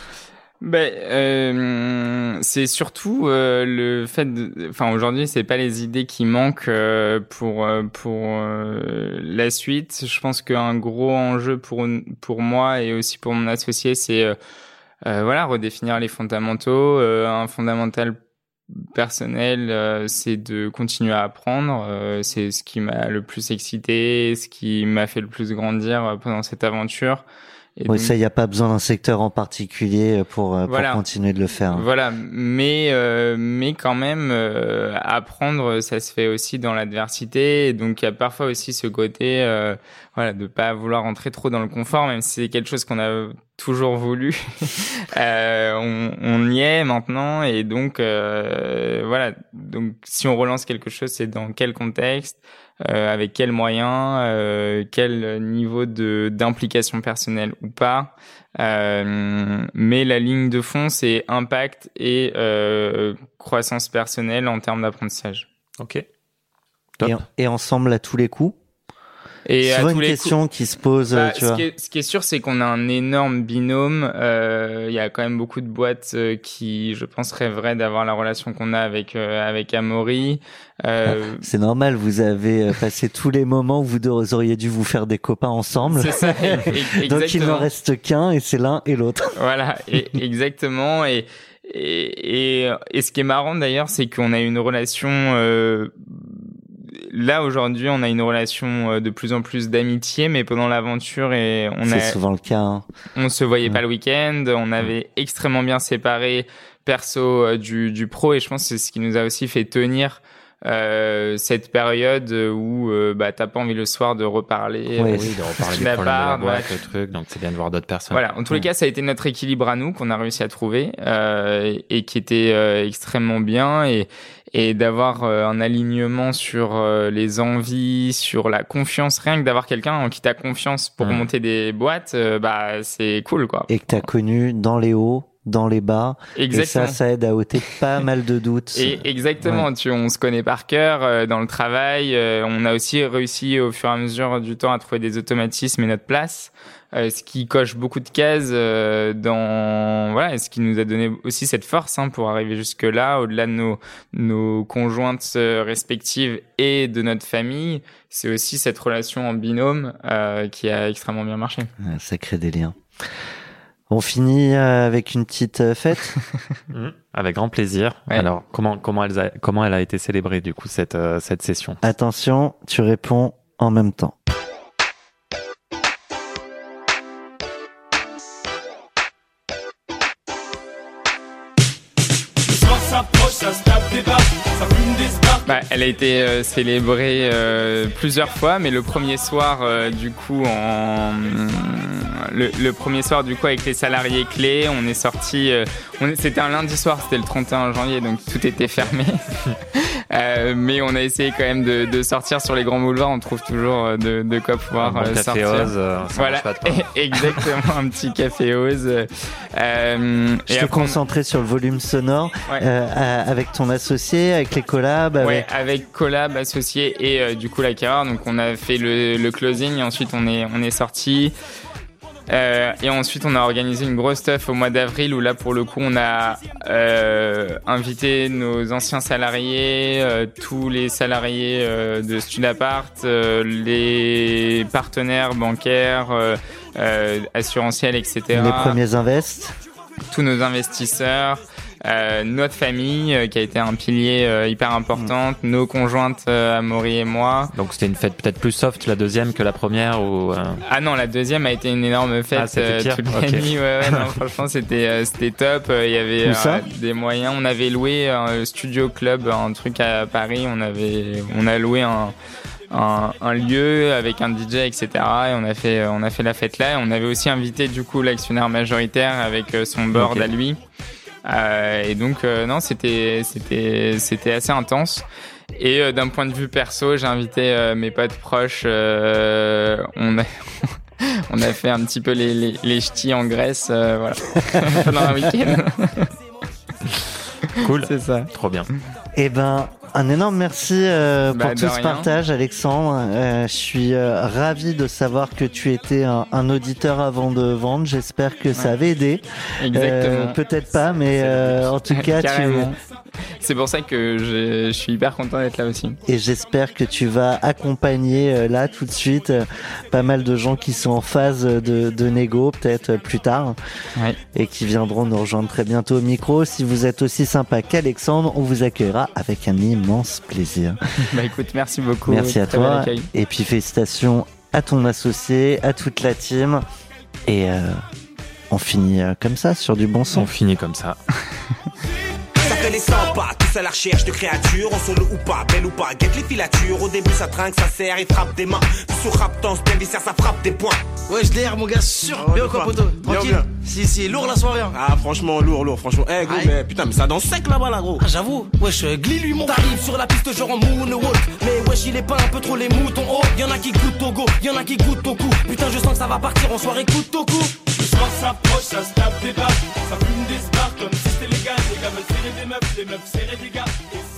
C'est surtout le fait aujourd'hui c'est pas les idées qui manquent pour la suite. Je pense qu'un gros enjeu pour moi et aussi pour mon associé, c'est redéfinir les fondamentaux. Un fondamental personnel, c'est de continuer à apprendre. C'est ce qui m'a le plus excité, ce qui m'a fait le plus grandir pendant cette aventure. Et oui, donc, ça, il n'y a pas besoin d'un secteur en particulier pour continuer de le faire. Voilà, mais quand même, apprendre, ça se fait aussi dans l'adversité. Et donc, il y a parfois aussi ce côté, de pas vouloir rentrer trop dans le confort, même si c'est quelque chose qu'on a toujours voulu. On y est maintenant, et donc, Donc, si on relance quelque chose, c'est dans quel contexte? Avec quels moyens, quel niveau d'implication personnelle ou pas. Mais la ligne de fond, c'est impact et croissance personnelle en termes d'apprentissage. Ok. Top. Et ensemble à tous les coups. Et c'est une question qui se pose, tu vois. Ce qui est sûr, c'est qu'on a un énorme binôme. Il y a quand même beaucoup de boîtes qui, je pense, rêveraient d'avoir la relation qu'on a avec Amaury. C'est normal, vous avez passé tous les moments où vous auriez dû vous faire des copains ensemble. C'est ça, Donc il n'en reste qu'un, et c'est l'un et l'autre. Voilà, exactement. Et ce qui est marrant d'ailleurs, c'est qu'on a une relation là aujourd'hui, on a une relation de plus en plus d'amitié, mais pendant l'aventure, c'est souvent le cas. Hein. On se voyait pas le week-end, on avait extrêmement bien séparé perso du pro, et je pense que c'est ce qui nous a aussi fait tenir cette période où t'as pas envie le soir de reparler de reparler des problèmes de la boîte, le truc, donc c'est bien de voir d'autres personnes. Voilà, en tous les cas, ça a été notre équilibre à nous qu'on a réussi à trouver et qui était extrêmement bien, et d'avoir un alignement sur les envies, sur la confiance, rien que d'avoir quelqu'un en qui t'as confiance pour monter des boîtes, c'est cool, quoi. Et que t'as connu dans les hauts, dans les bas. Exactement. Et ça aide à ôter pas mal de doutes. Et exactement. Ouais. On se connaît par cœur dans le travail. On a aussi réussi au fur et à mesure du temps à trouver des automatismes et notre place. Ce qui coche beaucoup de cases ce qui nous a donné aussi cette force pour arriver jusque là, au-delà de nos conjointes respectives et de notre famille. C'est aussi cette relation en binôme qui a extrêmement bien marché. Ça crée des liens. On finit avec une petite fête. Avec grand plaisir. Ouais. Alors, comment elle a été célébrée du coup cette session? Attention, tu réponds en même temps. Elle a été célébrée plusieurs fois, mais le premier soir le premier soir du coup avec les salariés clés, on est sorti. C'était un lundi soir, c'était le 31 janvier, donc tout était fermé. Mais on a essayé quand même de sortir sur les grands boulevards. On trouve toujours de quoi pouvoir sortir. Café Oz, voilà, exactement, un petit café Oz. Je te concentrais sur le volume sonore, avec ton associé, avec les collabs. Avec collab, associé et du coup l'acquéreur. Donc on a fait le closing et ensuite on est sorti. Et ensuite on a organisé une grosse stuff au mois d'avril où là pour le coup on a invité nos anciens salariés, tous les salariés de Studapart, les partenaires bancaires, assurantiels, etc. Les premiers invests. Tous nos investisseurs. Notre famille qui a été un pilier hyper important, nos conjointes Amaury et moi. Donc c'était une fête peut-être plus soft la deuxième que la première ou Ah non, la deuxième a été une énorme fête toute la nuit. Non, franchement c'était top. Il y avait des moyens. On avait loué un studio club, un truc à Paris. On a loué un lieu avec un DJ, etc. Et on a fait la fête là. Et on avait aussi invité du coup l'actionnaire majoritaire avec son board à lui. Et donc non, c'était assez intense. Et d'un point de vue perso, j'ai invité mes potes proches. On a fait un petit peu les ch'tis en Grèce, voilà, pendant un week-end. Cool, c'est ça. Trop bien. Eh ben, un énorme merci pour tout ce partage, Alexandre. Je suis ravi de savoir que tu étais un auditeur avant de vendre. J'espère que ça avait aidé. Exactement. Peut-être pas, mais en tout cas, c'est pour ça que je suis hyper content d'être là aussi. Et j'espère que tu vas accompagner là tout de suite pas mal de gens qui sont en phase de négo, peut-être plus tard, et qui viendront nous rejoindre très bientôt au micro. Si vous êtes aussi sympa qu'Alexandre, on vous accueillera avec un immense plaisir. Écoute, merci beaucoup. Merci à toi. Et puis félicitations à ton associé, à toute la team. Et on finit comme ça, sur du bon son. On finit comme ça. Les 100 pas, tous à la recherche de créatures, en solo ou pas, belle ou pas, guette les filatures. Au début ça trinque, ça serre et frappe des mains. Puis sous rap tense, bien viscère, ça frappe des points. Ouais, je l'air mon gars, sûr. Bien quoi poto, tranquille. Si, lourd la soirée. Ah franchement, lourd, franchement. Gros, mais putain, mais ça danse sec là-bas là gros. Ah j'avoue, wesh, Glee lui mon. T'arrives sur la piste genre en moonwalk. Mais wesh, il est pas un peu trop les moutons. Oh, y'en a qui goûtent au go, y'en a qui goûtent au cou. Putain, je sens que ça va partir en soirée coup au cou. Le soir s'approche, ça se tape des barres, ça fume des spars comme si c'était légal. Les gars veulent serrer des meufs serrer des gars.